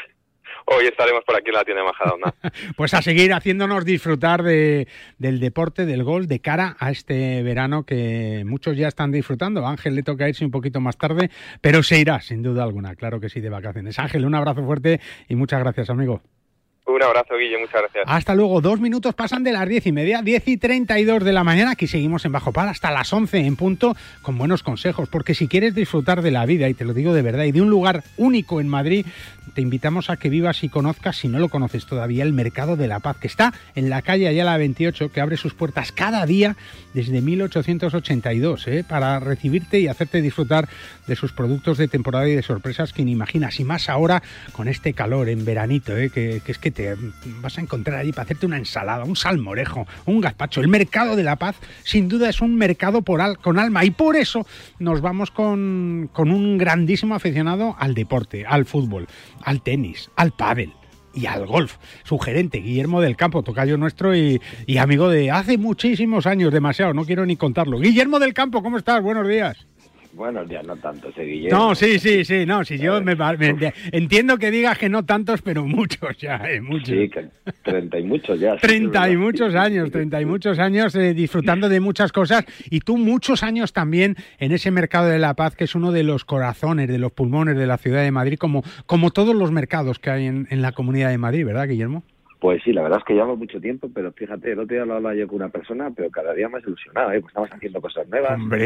Hoy estaremos por aquí en la tienda de Majadahonda. Pues a seguir haciéndonos disfrutar de, del deporte, del golf, de cara a este verano que muchos ya están disfrutando. A Ángel le toca irse un poquito más tarde, pero se irá, sin duda alguna, claro que sí, de vacaciones. Ángel, un abrazo fuerte y muchas gracias, amigo. Un abrazo, Guille, muchas gracias. Hasta luego. Dos minutos pasan de las diez y media, diez y treinta y dos de la mañana. Aquí seguimos en Bajo Par hasta las once en punto con buenos consejos, porque si quieres disfrutar de la vida, y te lo digo de verdad, y de un lugar único en Madrid, te invitamos a que vivas y conozcas, si no lo conoces todavía, el Mercado de la Paz, que está en la calle Ayala veintiocho, que abre sus puertas cada día desde mil ochocientos ochenta y dos, ¿eh? para recibirte y hacerte disfrutar de sus productos de temporada y de sorpresas que ni imaginas, y más ahora con este calor en veranito, ¿eh? que, que es que te vas a encontrar allí para hacerte una ensalada, un salmorejo, un gazpacho. El Mercado de la Paz sin duda es un mercado por al, con alma, y por eso nos vamos con, con un grandísimo aficionado al deporte, al fútbol, al tenis, al pádel y al golf. Su gerente, Guillermo del Campo, tocayo nuestro y, y amigo de hace muchísimos años, demasiado, no quiero ni contarlo. Guillermo del Campo, ¿cómo estás? Buenos días. Buenos días, no tantos, ¿eh, Guillermo? No, sí, sí, sí, no, si yo me, me, entiendo que digas que no tantos, pero muchos ya, eh, muchos. Sí, que treinta y muchos ya. Treinta y muchos años, treinta y muchos años eh, disfrutando de muchas cosas, y tú muchos años también en ese Mercado de la Paz, que es uno de los corazones, de los pulmones de la ciudad de Madrid, como, como todos los mercados que hay en, en la Comunidad de Madrid, ¿verdad, Guillermo? Pues sí, la verdad es que llevo mucho tiempo, pero fíjate, el otro día lo hablaba yo con una persona, pero cada día más ilusionado, ¿eh? Pues estamos haciendo cosas nuevas. ¡Hombre!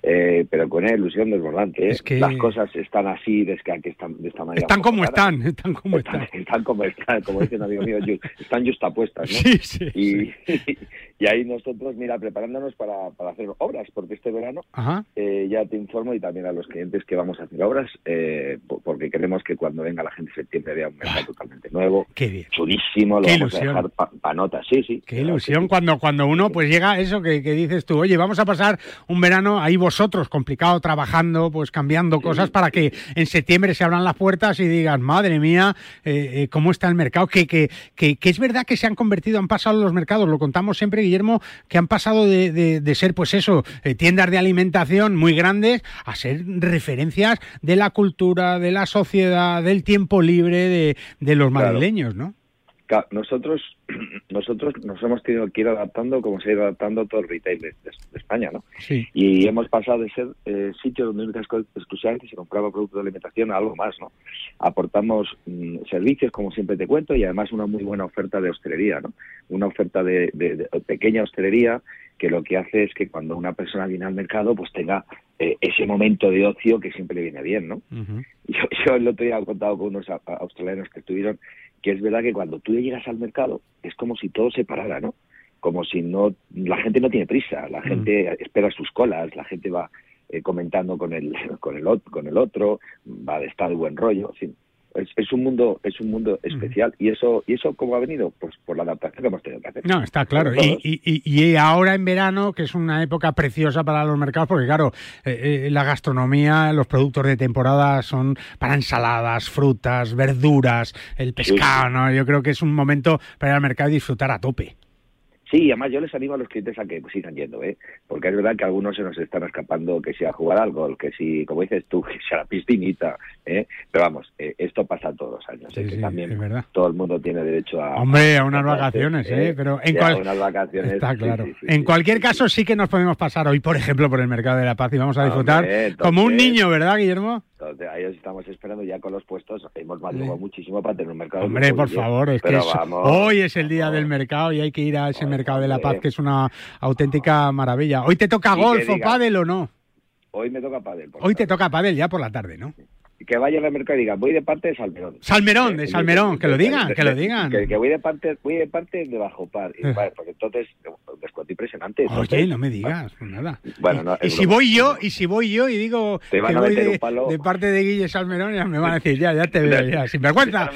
Eh, pero con una ilusión desbordante. ¿eh? Es que... Las cosas están así, de, que están, de esta manera. Están como están, están como están. Están, están como están, como dice un amigo mío, están justapuestas, ¿no? Sí, sí, y, sí. y ahí nosotros, mira, preparándonos para, para hacer obras, porque este verano, eh, ya te informo, y también a los clientes que vamos a hacer obras, eh, porque queremos que cuando venga la gente en septiembre vea un mercado ah, totalmente nuevo. Qué bien. Chulísimo, lo qué vamos ilusión. a dejar para pa notas, sí, sí. Qué ilusión, sí. cuando, cuando uno pues llega a eso que, que dices tú, oye, vamos a pasar un verano ahí vosotros, complicado, trabajando, pues cambiando sí, cosas para que en septiembre se abran las puertas y digan, madre mía, eh, eh, cómo está el mercado, que, que, que, que es verdad que se han convertido, han pasado los mercados, lo contamos siempre, Guillermo, que han pasado de, de, de ser, pues eso, eh, tiendas de alimentación muy grandes a ser referencias de la cultura, de la sociedad, del tiempo libre de, de los madrileños, ¿no? Claro, nosotros nosotros nos hemos tenido que ir adaptando como se ha ido adaptando todo el retail de, de, de España, ¿no? Sí. Y hemos pasado de ser eh, sitio donde únicas exclusivamente se compraba productos de alimentación a algo más, ¿no? Aportamos mmm, servicios, como siempre te cuento, y además una muy buena oferta de hostelería, ¿no? Una oferta de, de, de pequeña hostelería que lo que hace es que cuando una persona viene al mercado pues tenga eh, ese momento de ocio que siempre le viene bien, ¿no? Uh-huh. Yo, yo el otro día he contado con unos a, a australianos que estuvieron, que es verdad que cuando tú llegas al mercado es como si todo se parara, ¿no? Como si no, la gente no tiene prisa, la gente uh-huh. espera sus colas, la gente va eh, comentando con el con el con el otro, va de estar de buen rollo, en fin. Es, es un mundo es un mundo especial uh-huh. y eso y eso cómo ha venido pues por la adaptación que hemos tenido que hacer. No, está claro. Y, y, y ahora en verano, que es una época preciosa para los mercados, porque claro, eh, eh, la gastronomía, los productos de temporada son para ensaladas, frutas, verduras, el pescado, sí, sí. ¿no? Yo creo que es un momento para ir al mercado y disfrutar a tope. Sí, además yo les animo a los clientes a que sigan yendo, ¿eh? Porque es verdad que algunos se nos están escapando, que si a jugar al golf, que si, como dices tú, que si a la piscinita, ¿eh? Pero vamos, eh, esto pasa todos los años, sí, ¿eh? sí, que también es verdad. Todo el mundo tiene derecho a... Hombre, a unas a vacaciones, ¿eh? ¿eh? Pero en cual... unas vacaciones... Está claro. Sí, sí, sí, en sí, cualquier sí, caso sí que nos podemos pasar hoy, por ejemplo, por el Mercado de la Paz y vamos a disfrutar Hombre, entonces, como un niño, ¿verdad, Guillermo? Entonces, ahí os estamos esperando ya con los puestos, hemos madrugado sí. muchísimo para tener un mercado... Hombre, por favor, es que es... hoy es el día vamos. del mercado y hay que ir a ese Ay, Mercado de la Paz, que es una auténtica maravilla. ¿Hoy te toca sí, golf o pádel o no? Hoy me toca pádel. Hoy te toca pádel ya por la tarde, ¿no? Que vayan al mercado y digan, voy de parte de Salmerón. Salmerón, de Salmerón, que lo digan, que lo digan. Que, que voy de parte voy de parte de Bajo Par. Y, vale, porque entonces, descuento impresionante. Entonces, Oye, no me digas, pues nada. Bueno, no, y, y si voy yo, y si voy yo y digo te van que a voy de, palo. de parte de Guille Salmerón, ya me van a decir, ya, ya te veo, ya, sin vergüenza.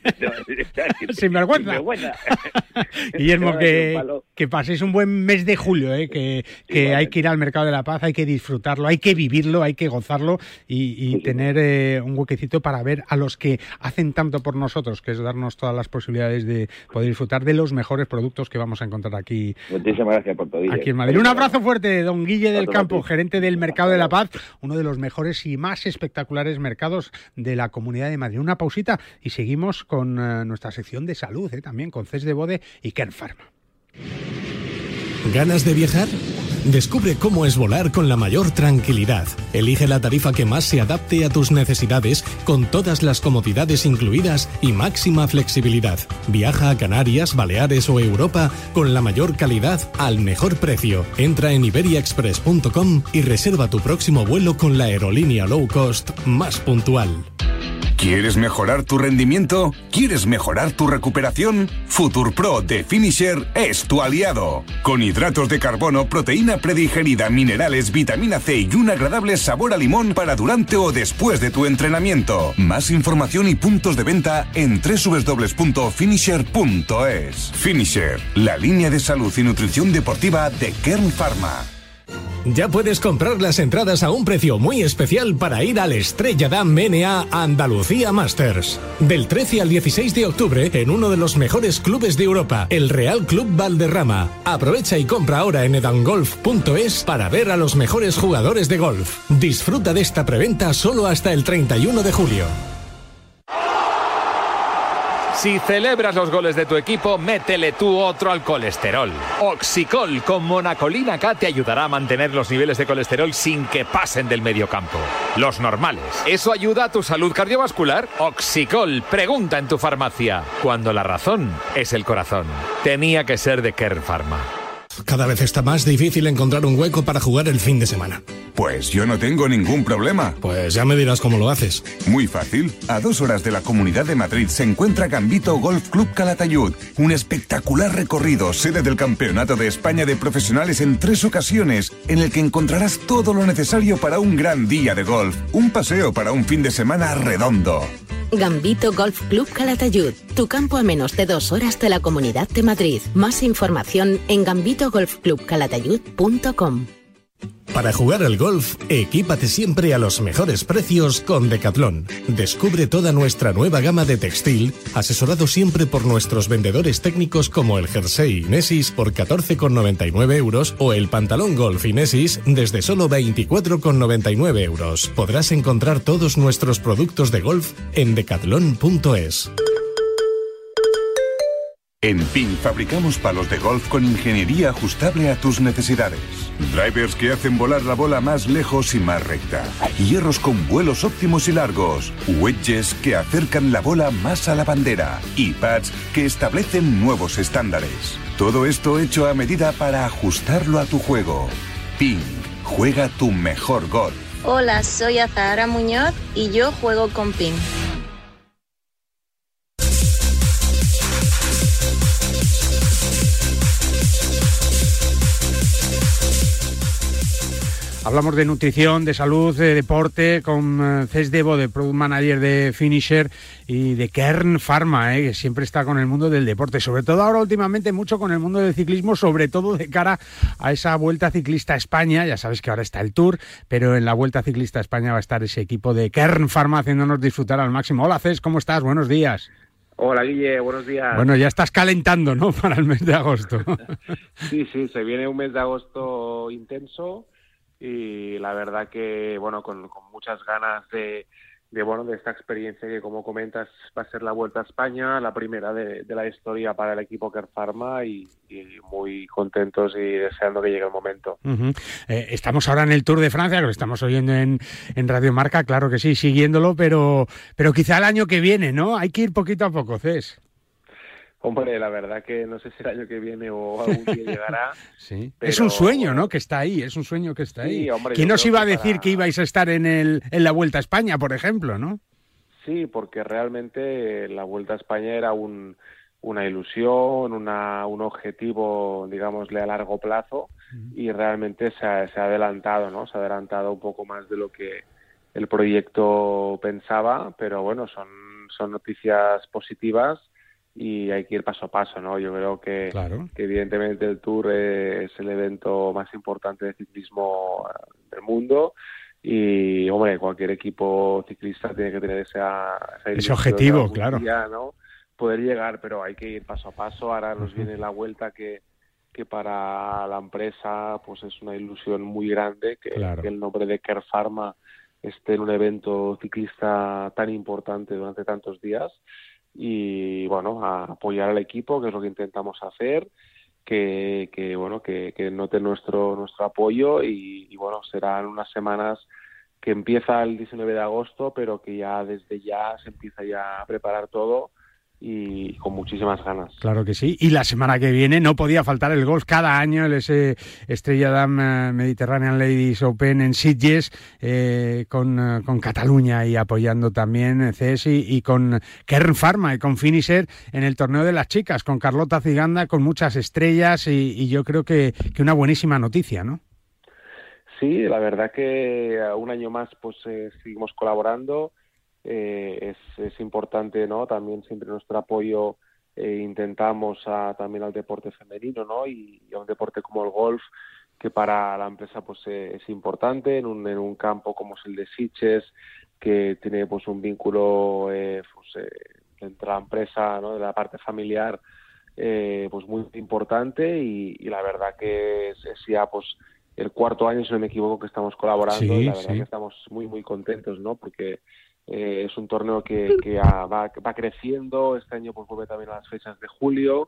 Sin vergüenza. Guillermo, que, que paséis un buen mes de julio, ¿eh? que, que sí, hay que ir al Mercado de la Paz, hay que disfrutarlo, hay que vivirlo, hay que gozarlo y, y sí, tener eh, un huequecito para para ver a los que hacen tanto por nosotros, que es darnos todas las posibilidades de poder disfrutar de los mejores productos que vamos a encontrar aquí. Muchísimas gracias por todo, Guille. Aquí en Madrid. Un abrazo fuerte, don Guille del Campo, gerente del Mercado de la Paz, uno de los mejores y más espectaculares mercados de la Comunidad de Madrid. Una pausita y seguimos con uh, nuestra sección de salud, ¿eh? también con C E S de Bode y Kern Pharma. ¿Ganas de viajar? Descubre cómo es volar con la mayor tranquilidad. Elige la tarifa que más se adapte a tus necesidades, con todas las comodidades incluidas y máxima flexibilidad. Viaja a Canarias, Baleares o Europa con la mayor calidad al mejor precio. Entra en iberia express punto com y reserva tu próximo vuelo con la aerolínea low cost más puntual. ¿Quieres mejorar tu rendimiento? ¿Quieres mejorar tu recuperación? FuturPro de Finisher es tu aliado. Con hidratos de carbono, proteína predigerida, minerales, vitamina C y un agradable sabor a limón para durante o después de tu entrenamiento. Más información y puntos de venta en doble u doble u doble u punto finisher punto es. Finisher, la línea de salud y nutrición deportiva de Kern Pharma. Ya puedes comprar las entradas a un precio muy especial para ir al Estrella Damm N A Andalucía Masters. Del trece al dieciséis de octubre en uno de los mejores clubes de Europa, el Real Club Valderrama. Aprovecha y compra ahora en edangolf punto es para ver a los mejores jugadores de golf. Disfruta de esta preventa solo hasta el treinta y uno de julio. Si celebras los goles de tu equipo, métele tú otro al colesterol. Oxicol con monacolina K te ayudará a mantener los niveles de colesterol sin que pasen del mediocampo. Los normales. ¿Eso ayuda a tu salud cardiovascular? Oxicol, pregunta en tu farmacia. Cuando la razón es el corazón. Tenía que ser de Kern Pharma. Cada vez está más difícil encontrar un hueco para jugar el fin de semana. Pues yo no tengo ningún problema. Pues ya me dirás cómo lo haces. Muy fácil. A dos horas de la Comunidad de Madrid se encuentra Gambito Golf Club Calatayud. Un espectacular recorrido, sede del Campeonato de España de Profesionales en tres ocasiones, en el que encontrarás todo lo necesario para un gran día de golf. Un paseo para un fin de semana redondo. Gambito Golf Club Calatayud, tu campo a menos de dos horas de la Comunidad de Madrid. Más información en gambito golf club calatayud punto com. Para jugar al golf, equípate siempre a los mejores precios con Decathlon. Descubre toda nuestra nueva gama de textil, asesorado siempre por nuestros vendedores técnicos como el jersey Inesis por catorce con noventa y nueve euros o el pantalón golf Inesis desde solo veinticuatro con noventa y nueve euros. Podrás encontrar todos nuestros productos de golf en decathlon punto es. En Ping fabricamos palos de golf con ingeniería ajustable a tus necesidades. Drivers que hacen volar la bola más lejos y más recta. Hierros con vuelos óptimos y largos. Wedges que acercan la bola más a la bandera. Y pads que establecen nuevos estándares. Todo esto hecho a medida para ajustarlo a tu juego. Ping, juega tu mejor golf. Hola, soy Azahara Muñoz y yo juego con Ping. Hablamos de nutrición, de salud, de deporte, con uh, Cés Debo, de Product Manager de Finisher, y de Kern Pharma, eh, que siempre está con el mundo del deporte, sobre todo ahora últimamente mucho con el mundo del ciclismo, sobre todo de cara a esa Vuelta Ciclista a España. Ya sabes que ahora está el Tour, pero en la Vuelta Ciclista a España va a estar ese equipo de Kern Pharma haciéndonos disfrutar al máximo. Hola Cés, ¿cómo estás? Buenos días. Hola Guille, buenos días. Bueno, ya estás calentando, ¿no?, para el mes de agosto. Sí, sí, se viene un mes de agosto intenso. Y la verdad que, bueno, con, con muchas ganas de, de, bueno, de esta experiencia que, como comentas, va a ser la Vuelta a España, la primera de, de la historia para el equipo Kern Pharma, y, y muy contentos y deseando que llegue el momento. Uh-huh. Eh, estamos ahora en el Tour de Francia, que lo estamos oyendo en, en Radio Marca, claro que sí, siguiéndolo, pero, pero quizá el año que viene, ¿no? Hay que ir poquito a poco, Cés. Hombre, la verdad que no sé si el año que viene o algún día llegará. Sí. Pero... Es un sueño, ¿no?, que está ahí, es un sueño que está ahí. Sí, hombre, ¿quién nos iba a decir para... que ibais a estar en, el, en la Vuelta a España, por ejemplo, no? Sí, porque realmente la Vuelta a España era un, una ilusión, una, un objetivo, digámosle, a largo plazo, uh-huh. y realmente se ha, se ha adelantado, ¿no? Se ha adelantado un poco más de lo que el proyecto pensaba, pero bueno, son, son noticias positivas. Y hay que ir paso a paso, ¿no? Yo creo que, claro. que evidentemente el Tour es el evento más importante de ciclismo del mundo, y, hombre, cualquier equipo ciclista tiene que tener esa, esa ese objetivo, claro. Día, ¿no?, poder llegar, pero hay que ir paso a paso. Ahora nos uh-huh. viene la Vuelta que, que para la empresa pues es una ilusión muy grande que, claro. que el nombre de Kern Pharma esté en un evento ciclista tan importante durante tantos días. Y bueno, a apoyar al equipo, que es lo que intentamos hacer, que, que bueno, que, que note nuestro nuestro apoyo, y, y bueno, serán unas semanas que empieza el diecinueve de agosto, pero que ya desde ya se empieza ya a preparar todo, y con muchísimas ganas. Claro que sí. Y la semana que viene no podía faltar el golf. Cada año el ese Estrella Damm Mediterranean Ladies Open en Sitges, eh, con, con Cataluña y apoyando también C E S I, y con Kern Pharma y con Finisher en el torneo de las chicas, con Carlota Ciganda, con muchas estrellas, y, y yo creo que, que una buenísima noticia, ¿no? Sí, la verdad que un año más pues eh, seguimos colaborando. Eh, es, es importante, ¿no? También siempre nuestro apoyo, eh, intentamos a, también al deporte femenino, ¿no? Y, y a un deporte como el golf, que para la empresa pues eh, es importante en un, en un campo como es el de Sitges, que tiene pues un vínculo eh, pues, eh, entre la empresa, ¿no?, de la parte familiar, eh, pues muy importante, y, y la verdad que es, es ya pues el cuarto año, si no me equivoco, que estamos colaborando, sí, y la verdad sí. que estamos muy muy contentos, ¿no? Porque Eh, es un torneo que, que a, va, va creciendo. Este año pues vuelve también a las fechas de julio,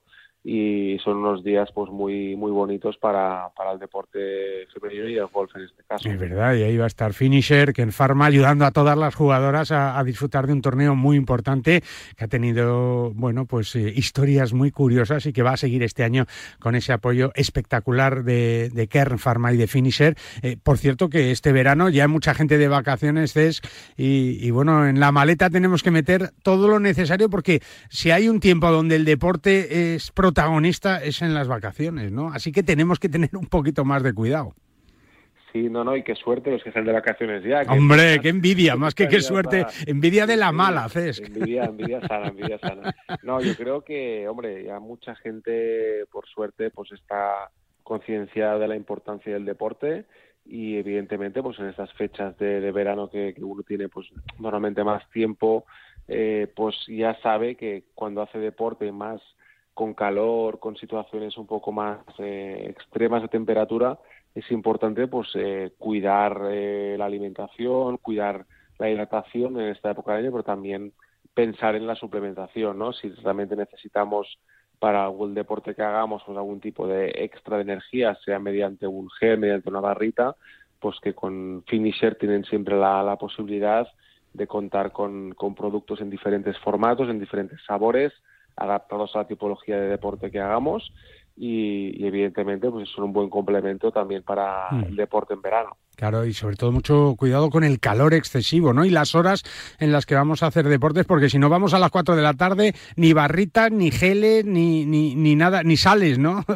y son unos días pues muy muy bonitos para, para el deporte femenino y el golf en este caso. Es verdad, y ahí va a estar Finisher, Kern Pharma, ayudando a todas las jugadoras a, a disfrutar de un torneo muy importante que ha tenido, bueno, pues eh, historias muy curiosas y que va a seguir este año con ese apoyo espectacular de, de Kern Pharma y de Finisher. Eh, por cierto que este verano ya hay mucha gente de vacaciones, Cesc, y, y bueno, en la maleta tenemos que meter todo lo necesario porque si hay un tiempo donde el deporte es protagonista es en las vacaciones, ¿no? Así que tenemos que tener un poquito más de cuidado. Sí, no, no, y qué suerte los que están de vacaciones ya. Que Hombre, qué envidia, más que qué suerte, para... envidia de la mala, Cesc. Envidia, envidia sana, envidia sana. No, yo creo que, hombre, ya mucha gente, por suerte, pues está concienciada de la importancia del deporte y evidentemente, pues en estas fechas de, de verano que, que uno tiene, pues normalmente más tiempo, eh, pues ya sabe que cuando hace deporte más con calor, con situaciones un poco más eh, extremas de temperatura, es importante pues eh, cuidar eh, la alimentación, cuidar la hidratación en esta época del año, pero también pensar en la suplementación, ¿no? Si realmente necesitamos para algún deporte que hagamos pues, algún tipo de extra de energía, sea mediante un gel, mediante una barrita, pues que con Finisher tienen siempre la, la posibilidad de contar con, con productos en diferentes formatos, en diferentes sabores, adaptados a la tipología de deporte que hagamos y, y evidentemente pues son un buen complemento también para mm. el deporte en verano. Claro, y sobre todo mucho cuidado con el calor excesivo, ¿no? Y las horas en las que vamos a hacer deportes, porque si no vamos a las cuatro de la tarde, ni barritas, ni geles, ni, ni, ni nada, ni sales, ¿no?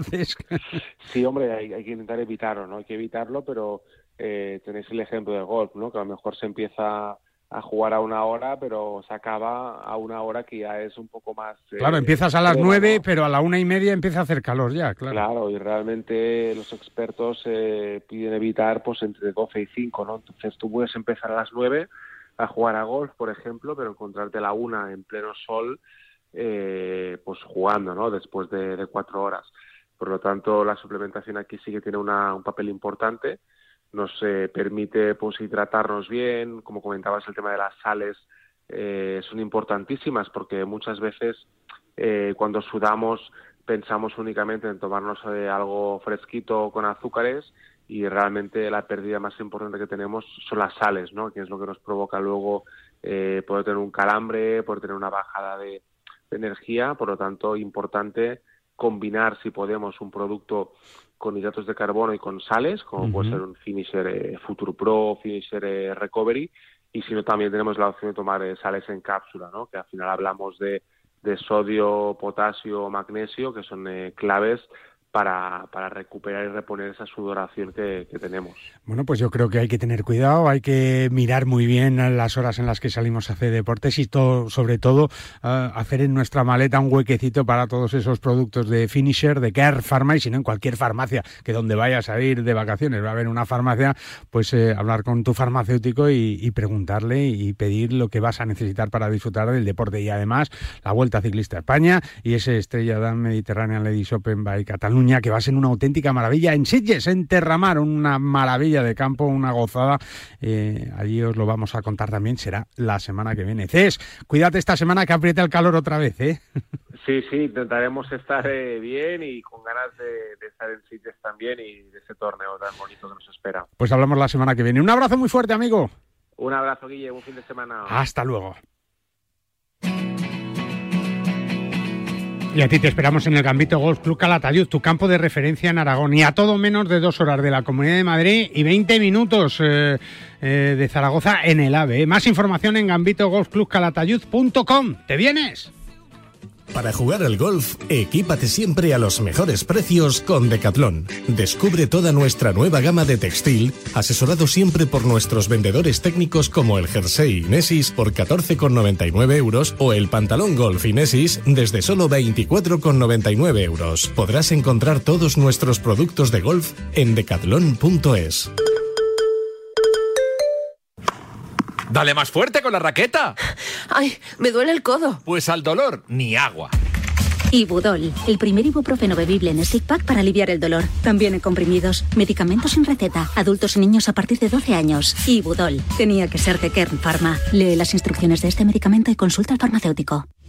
Sí, hombre, hay, hay que intentar evitarlo, ¿no? Hay que evitarlo, pero eh, tenéis el ejemplo del golf, ¿no? Que a lo mejor se empieza a jugar a una hora, pero se acaba a una hora que ya es un poco más... Eh, claro, empiezas a las nueve, ¿no? Pero a la una y media empieza a hacer calor ya, claro. Claro, y realmente los expertos eh, piden evitar pues entre doce y cinco, ¿no? Entonces tú puedes empezar a las nueve a jugar a golf, por ejemplo, pero encontrarte a la una en pleno sol, eh, pues jugando, ¿no? Después de, de cuatro horas. Por lo tanto, la suplementación aquí sí que tiene una, un papel importante. Nos eh, permite pues hidratarnos bien, como comentabas, el tema de las sales eh, son importantísimas porque muchas veces eh, cuando sudamos pensamos únicamente en tomarnos eh, algo fresquito con azúcares y realmente la pérdida más importante que tenemos son las sales, ¿no? Que es lo que nos provoca luego eh, poder tener un calambre, poder tener una bajada de, de energía. Por lo tanto, importante combinar, si podemos, un producto con hidratos de carbono y con sales, como uh-huh. puede ser un Finisher eh, Future Pro, Finisher eh, Recovery, y si no también tenemos la opción de tomar eh, sales en cápsula, ¿no? Que al final hablamos de, de sodio, potasio, magnesio, que son eh, claves para, para recuperar y reponer esa sudoración que, que tenemos. Bueno, pues yo creo que hay que tener cuidado, hay que mirar muy bien las horas en las que salimos a hacer deportes y todo, sobre todo uh, hacer en nuestra maleta un huequecito para todos esos productos de Finisher, de Kern Pharma, y si no en cualquier farmacia, que donde vayas a ir de vacaciones va a haber una farmacia, pues eh, hablar con tu farmacéutico y, y preguntarle y pedir lo que vas a necesitar para disfrutar del deporte. Y además la Vuelta Ciclista a España y ese Estrella Damm Mediterranean Ladies Open by Catalunya, que va a ser una auténtica maravilla en Sitges, en Terramar, una maravilla de campo, una gozada. Eh, allí os lo vamos a contar también, será la semana que viene. Cés, cuídate esta semana que aprieta el calor otra vez, ¿eh? Sí, sí, intentaremos estar eh, bien y con ganas de, de estar en Sitges también y de ese torneo tan bonito que nos espera. Pues hablamos la semana que viene. Un abrazo muy fuerte, amigo. Un abrazo, Guille, un fin de semana. Hasta luego. Y a ti te esperamos en el Gambito Golf Club Calatayud, tu campo de referencia en Aragón. Y a todo menos de dos horas de la Comunidad de Madrid y veinte minutos eh, eh, de Zaragoza en el AVE. Más información en gambito golf club calatayud punto com. ¿Te vienes? Para jugar al golf, equípate siempre a los mejores precios con Decathlon. Descubre toda nuestra nueva gama de textil, asesorado siempre por nuestros vendedores técnicos como el jersey Inesis por catorce con noventa y nueve euros o el pantalón golf Inesis desde solo veinticuatro con noventa y nueve euros. Podrás encontrar todos nuestros productos de golf en decathlon punto es. ¡Dale más fuerte con la raqueta! ¡Ay, me duele el codo! Pues al dolor, ni agua. Ibudol, el primer ibuprofeno bebible en stick pack para aliviar el dolor. También en comprimidos, medicamentos sin receta, adultos y niños a partir de doce años. Ibudol, tenía que ser de Kern Pharma. Lee las instrucciones de este medicamento y consulta al farmacéutico.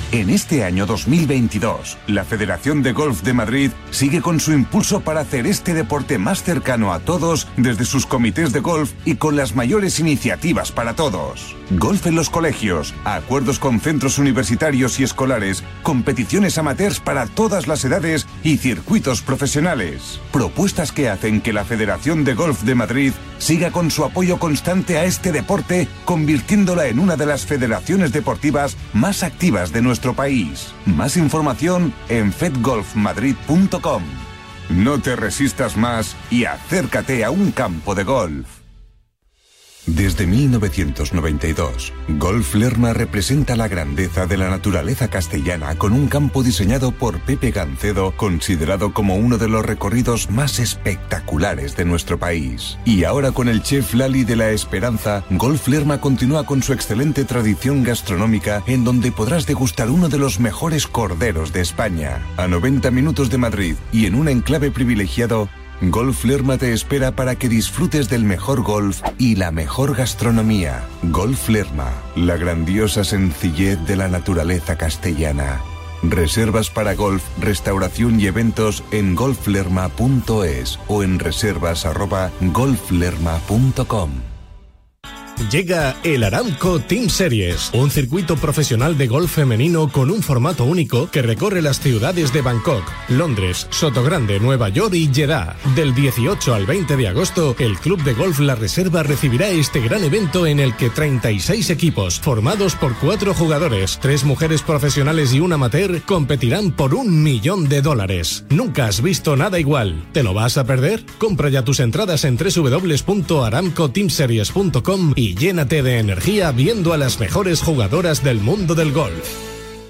En este año dos mil veintidós, la Federación de Golf de Madrid sigue con su impulso para hacer este deporte más cercano a todos desde sus comités de golf y con las mayores iniciativas para todos. Golf en los colegios, acuerdos con centros universitarios y escolares, competiciones amateurs para todas las edades y circuitos profesionales. Propuestas que hacen que la Federación de Golf de Madrid siga con su apoyo constante a este deporte, convirtiéndola en una de las federaciones deportivas más activas de nuestro país. Más información en fed golf madrid punto com. No te resistas más y acércate a un campo de golf. Desde mil novecientos noventa y dos, Golf Lerma representa la grandeza de la naturaleza castellana con un campo diseñado por Pepe Gancedo, considerado como uno de los recorridos más espectaculares de nuestro país. Y ahora con el chef Lali de la Esperanza, Golf Lerma continúa con su excelente tradición gastronómica en donde podrás degustar uno de los mejores corderos de España. A noventa minutos de Madrid y en un enclave privilegiado, Golf Lerma te espera para que disfrutes del mejor golf y la mejor gastronomía. Golf Lerma, la grandiosa sencillez de la naturaleza castellana. Reservas para golf, restauración y eventos en golf lerma punto es o en reservas arroba golf lerma punto com. Llega el Aramco Team Series, un circuito profesional de golf femenino con un formato único que recorre las ciudades de Bangkok, Londres, Sotogrande, Nueva York y Jeddah. Del dieciocho al veinte de agosto, el Club de Golf La Reserva recibirá este gran evento en el que treinta y seis equipos, formados por cuatro jugadores, tres mujeres profesionales y un amateur, competirán por un millón de dólares. Nunca has visto nada igual. ¿Te lo vas a perder? Compra ya tus entradas en doble u doble u doble u punto aramco team series punto com y llénate de energía viendo a las mejores jugadoras del mundo del golf.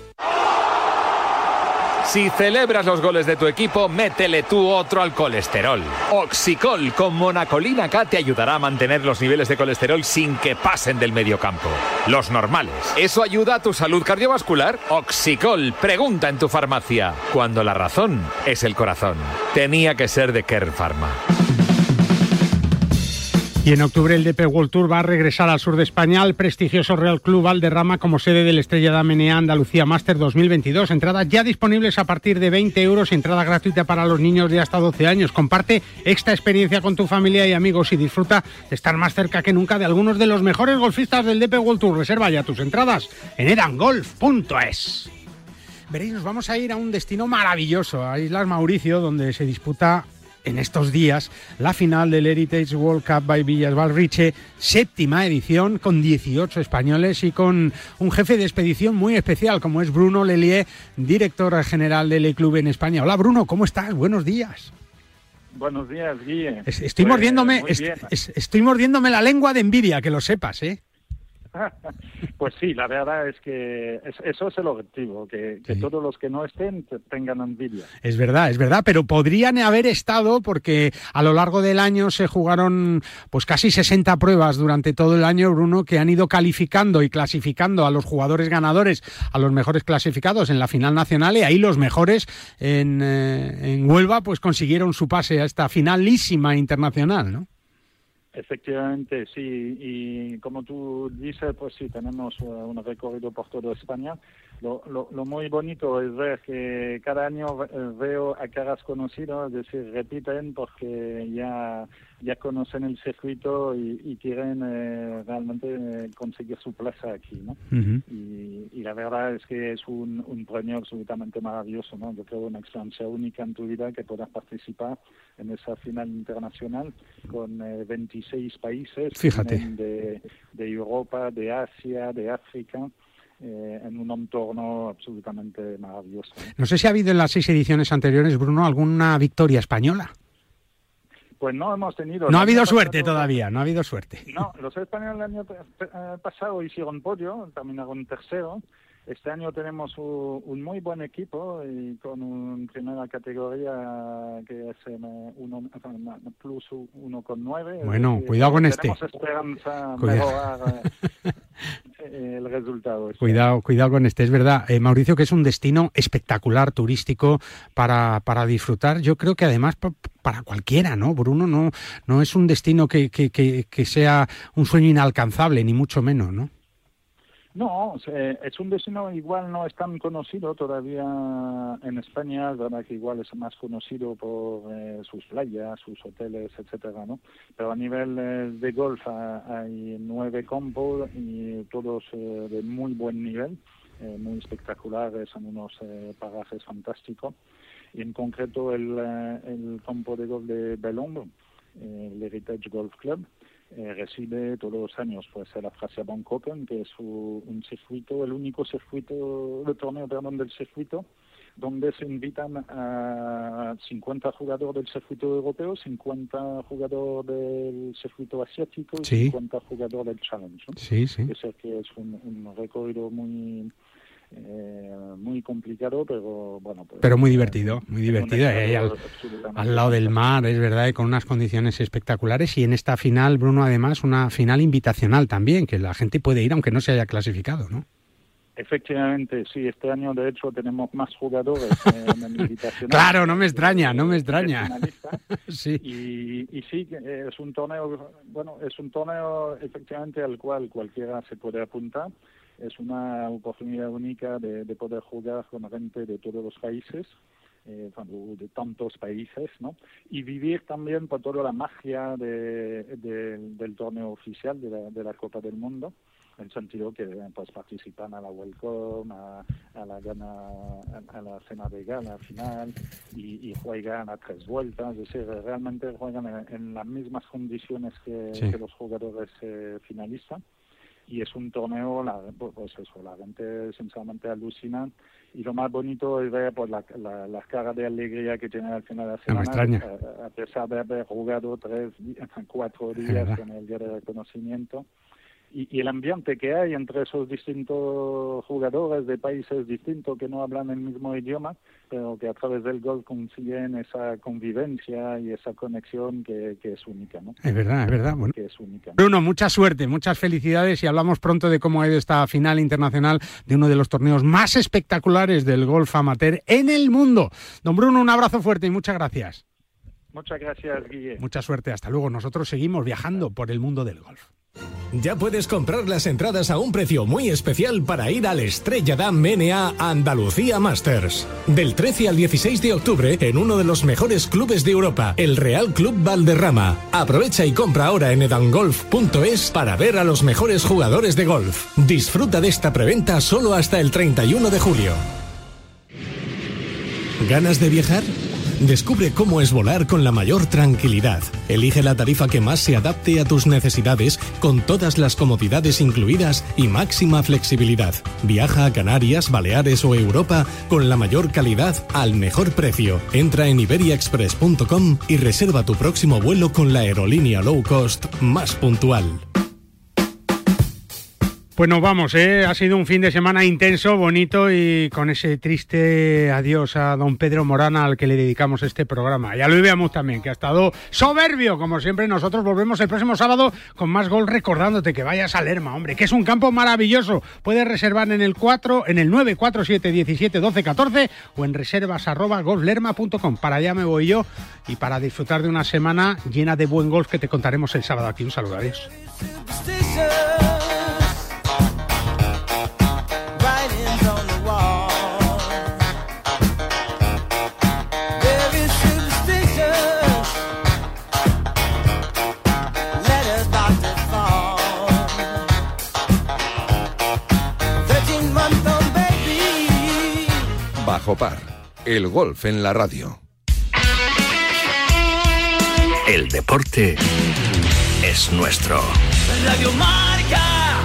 Si celebras los goles de tu equipo, métele tú otro al colesterol. Oxicol con monacolina K te ayudará a mantener los niveles de colesterol sin que pasen del mediocampo. Los normales. ¿Eso ayuda a tu salud cardiovascular? Oxicol, pregunta en tu farmacia. Cuando la razón es el corazón. Tenía que ser de Kern Pharma. Y en octubre el D P World Tour va a regresar al sur de España, al prestigioso Real Club Valderrama, como sede del Estrella Damm N A Andalucía Master dos mil veintidós. Entradas ya disponibles a partir de veinte euros y entrada gratuita para los niños de hasta doce años. Comparte esta experiencia con tu familia y amigos y disfruta de estar más cerca que nunca de algunos de los mejores golfistas del D P World Tour. Reserva ya tus entradas en edan golf punto es. Veréis, nos vamos a ir a un destino maravilloso, a Islas Mauricio, donde se disputa en estos días la final del Heritage World Cup by Villas Valriche, séptima edición, con dieciocho españoles y con un jefe de expedición muy especial como es Bruno Lelier, director general del E-Club en España. Hola Bruno, ¿cómo estás? Buenos días. Buenos días, Guille. Estoy pues, mordiéndome, est est estoy mordiéndome la lengua de envidia, que lo sepas, ¿eh? Pues sí, la verdad es que es, eso es el objetivo, que, que sí. Todos los que no estén tengan envidia. Es verdad, es verdad, pero podrían haber estado porque a lo largo del año se jugaron pues casi sesenta pruebas durante todo el año, Bruno, que han ido calificando y clasificando a los jugadores ganadores, a los mejores clasificados en la final nacional, y ahí los mejores en, eh, en Huelva pues consiguieron su pase a esta finalísima internacional, ¿no? Efectivamente, sí, y como tú dices, pues sí, tenemos uh, un recorrido por toda España. Lo, lo, lo muy bonito es ver que cada año veo a caras conocidas, es decir, repiten porque ya, ya conocen el circuito y, y quieren eh, realmente eh, conseguir su plaza aquí, ¿no? Uh-huh. y, y la verdad es que es un, un premio absolutamente maravilloso, ¿no? Yo creo una experiencia única en tu vida que puedas participar en esa final internacional con eh, veintiséis países. Fíjate. De, de Europa, de Asia, de África. Eh, en un entorno absolutamente maravilloso. No sé si ha habido en las seis ediciones anteriores, Bruno, alguna victoria española. Pues no hemos tenido... No ha habido suerte todavía, no ha habido suerte. No, los españoles el año pasado hicieron podio, terminaron tercero. Este año tenemos un, un muy buen equipo y con una primera categoría que es uno, plus uno con nueve. Bueno, cuidado con este. Tenemos esperanza de mejorar el resultado. Cuidado, cuidado con este, es verdad, eh, Mauricio, que es un destino espectacular, turístico, para, para disfrutar. Yo creo que además pa, para cualquiera, ¿no, Bruno? No, no es un destino que, que, que, que sea un sueño inalcanzable, ni mucho menos, ¿no? No, es un destino igual no es tan conocido todavía en España, es verdad que igual es más conocido por eh, sus playas, sus hoteles, etcétera, ¿no? Pero a nivel eh, de golf a, hay nueve campos y todos eh, de muy buen nivel, eh, muy espectaculares, en unos eh, parajes fantásticos. Y en concreto el, eh, el campo de golf de Belombo, eh, el Heritage Golf Club, Eh, recibe todos los años pues el Astrasia Bank Open, que es un, un circuito, el único circuito, el torneo perdón, del circuito, donde se invitan a cincuenta jugadores del circuito europeo, cincuenta jugadores del circuito asiático y sí. cincuenta jugadores del Challenge, ¿no? Sí, sí. Es decir, que es un, un recorrido muy... Eh, muy complicado, pero bueno. Pues, pero muy divertido, muy divertido. Ahí al, al lado del mar, es verdad, y con unas condiciones espectaculares. Y en esta final, Bruno, además, una final invitacional también, que la gente puede ir aunque no se haya clasificado, ¿no? Efectivamente, sí. Este año, de hecho, tenemos más jugadores en el invitacional. Claro, no me extraña, no me extraña. Sí. Y, y sí, es un torneo, bueno, es un torneo efectivamente al cual cualquiera se puede apuntar. Es una oportunidad única de, de poder jugar con gente de todos los países, eh, de tantos países, ¿no? Y vivir también por toda la magia de, de, del torneo oficial de la, de la Copa del Mundo, en el sentido que pues participan a la Welcome, a, a la gana, a, a la cena de gala final y, y juegan a tres vueltas, es decir, realmente juegan en, en las mismas condiciones que, sí. que los jugadores eh, finalistas. Y es un torneo, la, pues eso, la gente sinceramente alucina. Y lo más bonito es ver pues, la, la, las caras de alegría que tienen al final de la semana. No me extraña. A, a pesar de haber jugado tres, cuatro días en el día de reconocimiento. Y, y el ambiente que hay entre esos distintos jugadores de países distintos que no hablan el mismo idioma, pero que a través del golf consiguen esa convivencia y esa conexión que, que es única, ¿no? Es verdad, es verdad. Bueno. Que es única, ¿no? Bruno, mucha suerte, muchas felicidades y hablamos pronto de cómo ha ido esta final internacional de uno de los torneos más espectaculares del golf amateur en el mundo. Don Bruno, un abrazo fuerte y muchas gracias. Muchas gracias, Guille. Mucha suerte, hasta luego. Nosotros seguimos viajando por el mundo del golf. Ya puedes comprar las entradas a un precio muy especial para ir al Estrella Damm N A Andalucía Masters. Del trece al dieciséis de octubre en uno de los mejores clubes de Europa, el Real Club Valderrama. Aprovecha y compra ahora en edangolf punto es para ver a los mejores jugadores de golf. Disfruta de esta preventa solo hasta el treinta y uno de julio. ¿Ganas de viajar? Descubre cómo es volar con la mayor tranquilidad. Elige la tarifa que más se adapte a tus necesidades, con todas las comodidades incluidas y máxima flexibilidad. Viaja a Canarias, Baleares o Europa con la mayor calidad al mejor precio. Entra en iberia express punto com y reserva tu próximo vuelo con la aerolínea low cost más puntual. Pues nos vamos, ¿eh? Ha sido un fin de semana intenso, bonito y con ese triste adiós a don Pedro Morana al que le dedicamos este programa. Ya lo veamos también, que ha estado soberbio, como siempre. Nosotros volvemos el próximo sábado con más gol, recordándote que vayas a Lerma, hombre, que es un campo maravilloso. Puedes reservar en el cuatro, en el nueve cuatro siete diecisiete doce catorce o en reservas arroba golflerma punto com. Para allá me voy yo y para disfrutar de una semana llena de buen golf que te contaremos el sábado aquí. Un saludo, adiós. Bajo par, el golf en la radio. El deporte es nuestro. Radio Marca.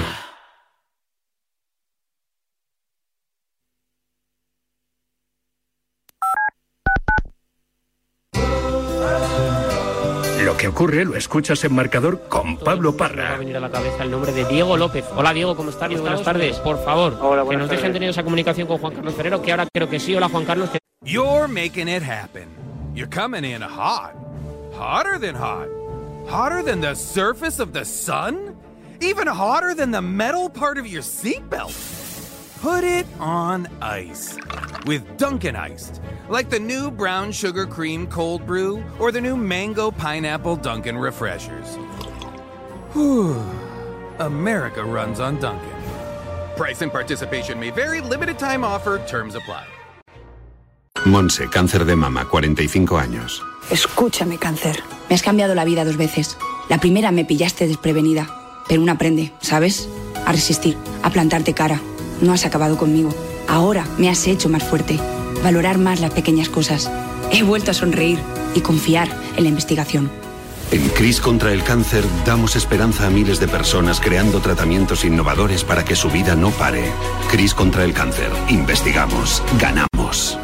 Lo que ocurre lo escuchas en Marcador con Pablo Parra. Me va a venir a la cabeza el nombre de Diego López. Hola Diego, ¿cómo estás? Muy buenas tardes. Por favor, Hola, que nos dejen tener esa comunicación con Juan Carlos Ferrero, que ahora creo que sí. Hola Juan Carlos. Que... You're making it happen. You're coming in hot. Hotter than hot. Hotter than the surface of the sun? Even hotter than the metal part of your seatbelt. Put it on ice with Dunkin' Iced. Like the new brown sugar cream cold brew or the new mango pineapple Dunkin' Refreshers. Whew. America runs on Dunkin'. Price and participation may vary. Limited time offer. Terms apply. Monse, cáncer de mama, cuarenta y cinco años. Escúchame, cáncer. Me has cambiado la vida dos veces. La primera me pillaste desprevenida, pero uno aprende, ¿sabes? A resistir, a plantarte cara. No has acabado conmigo. Ahora me has hecho más fuerte. Valorar más las pequeñas cosas. He vuelto a sonreír y confiar en la investigación. En CRIS contra el cáncer damos esperanza a miles de personas creando tratamientos innovadores para que su vida no pare. CRIS contra el cáncer. Investigamos. Ganamos.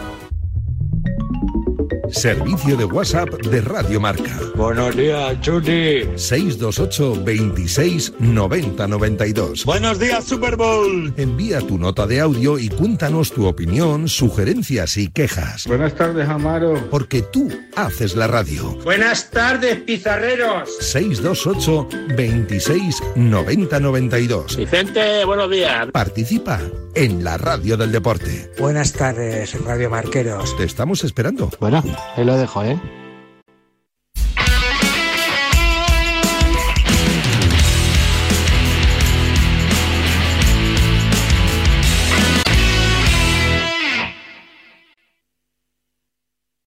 Servicio de WhatsApp de Radio Marca. Buenos días, Chuli. seis dos ocho, veintiséis, noventa, noventa y dos. Buenos días, Super Bowl. Envía tu nota de audio y cuéntanos tu opinión, sugerencias y quejas. Buenas tardes, Amaro. Porque tú haces la radio. Buenas tardes, pizarreros. seis dos ocho, veintiséis, noventa, noventa y dos. Vicente, buenos días. Participa en la radio del deporte. Buenas tardes, Radio Marqueros. Te estamos esperando. Bueno, ahí lo dejo, ¿eh?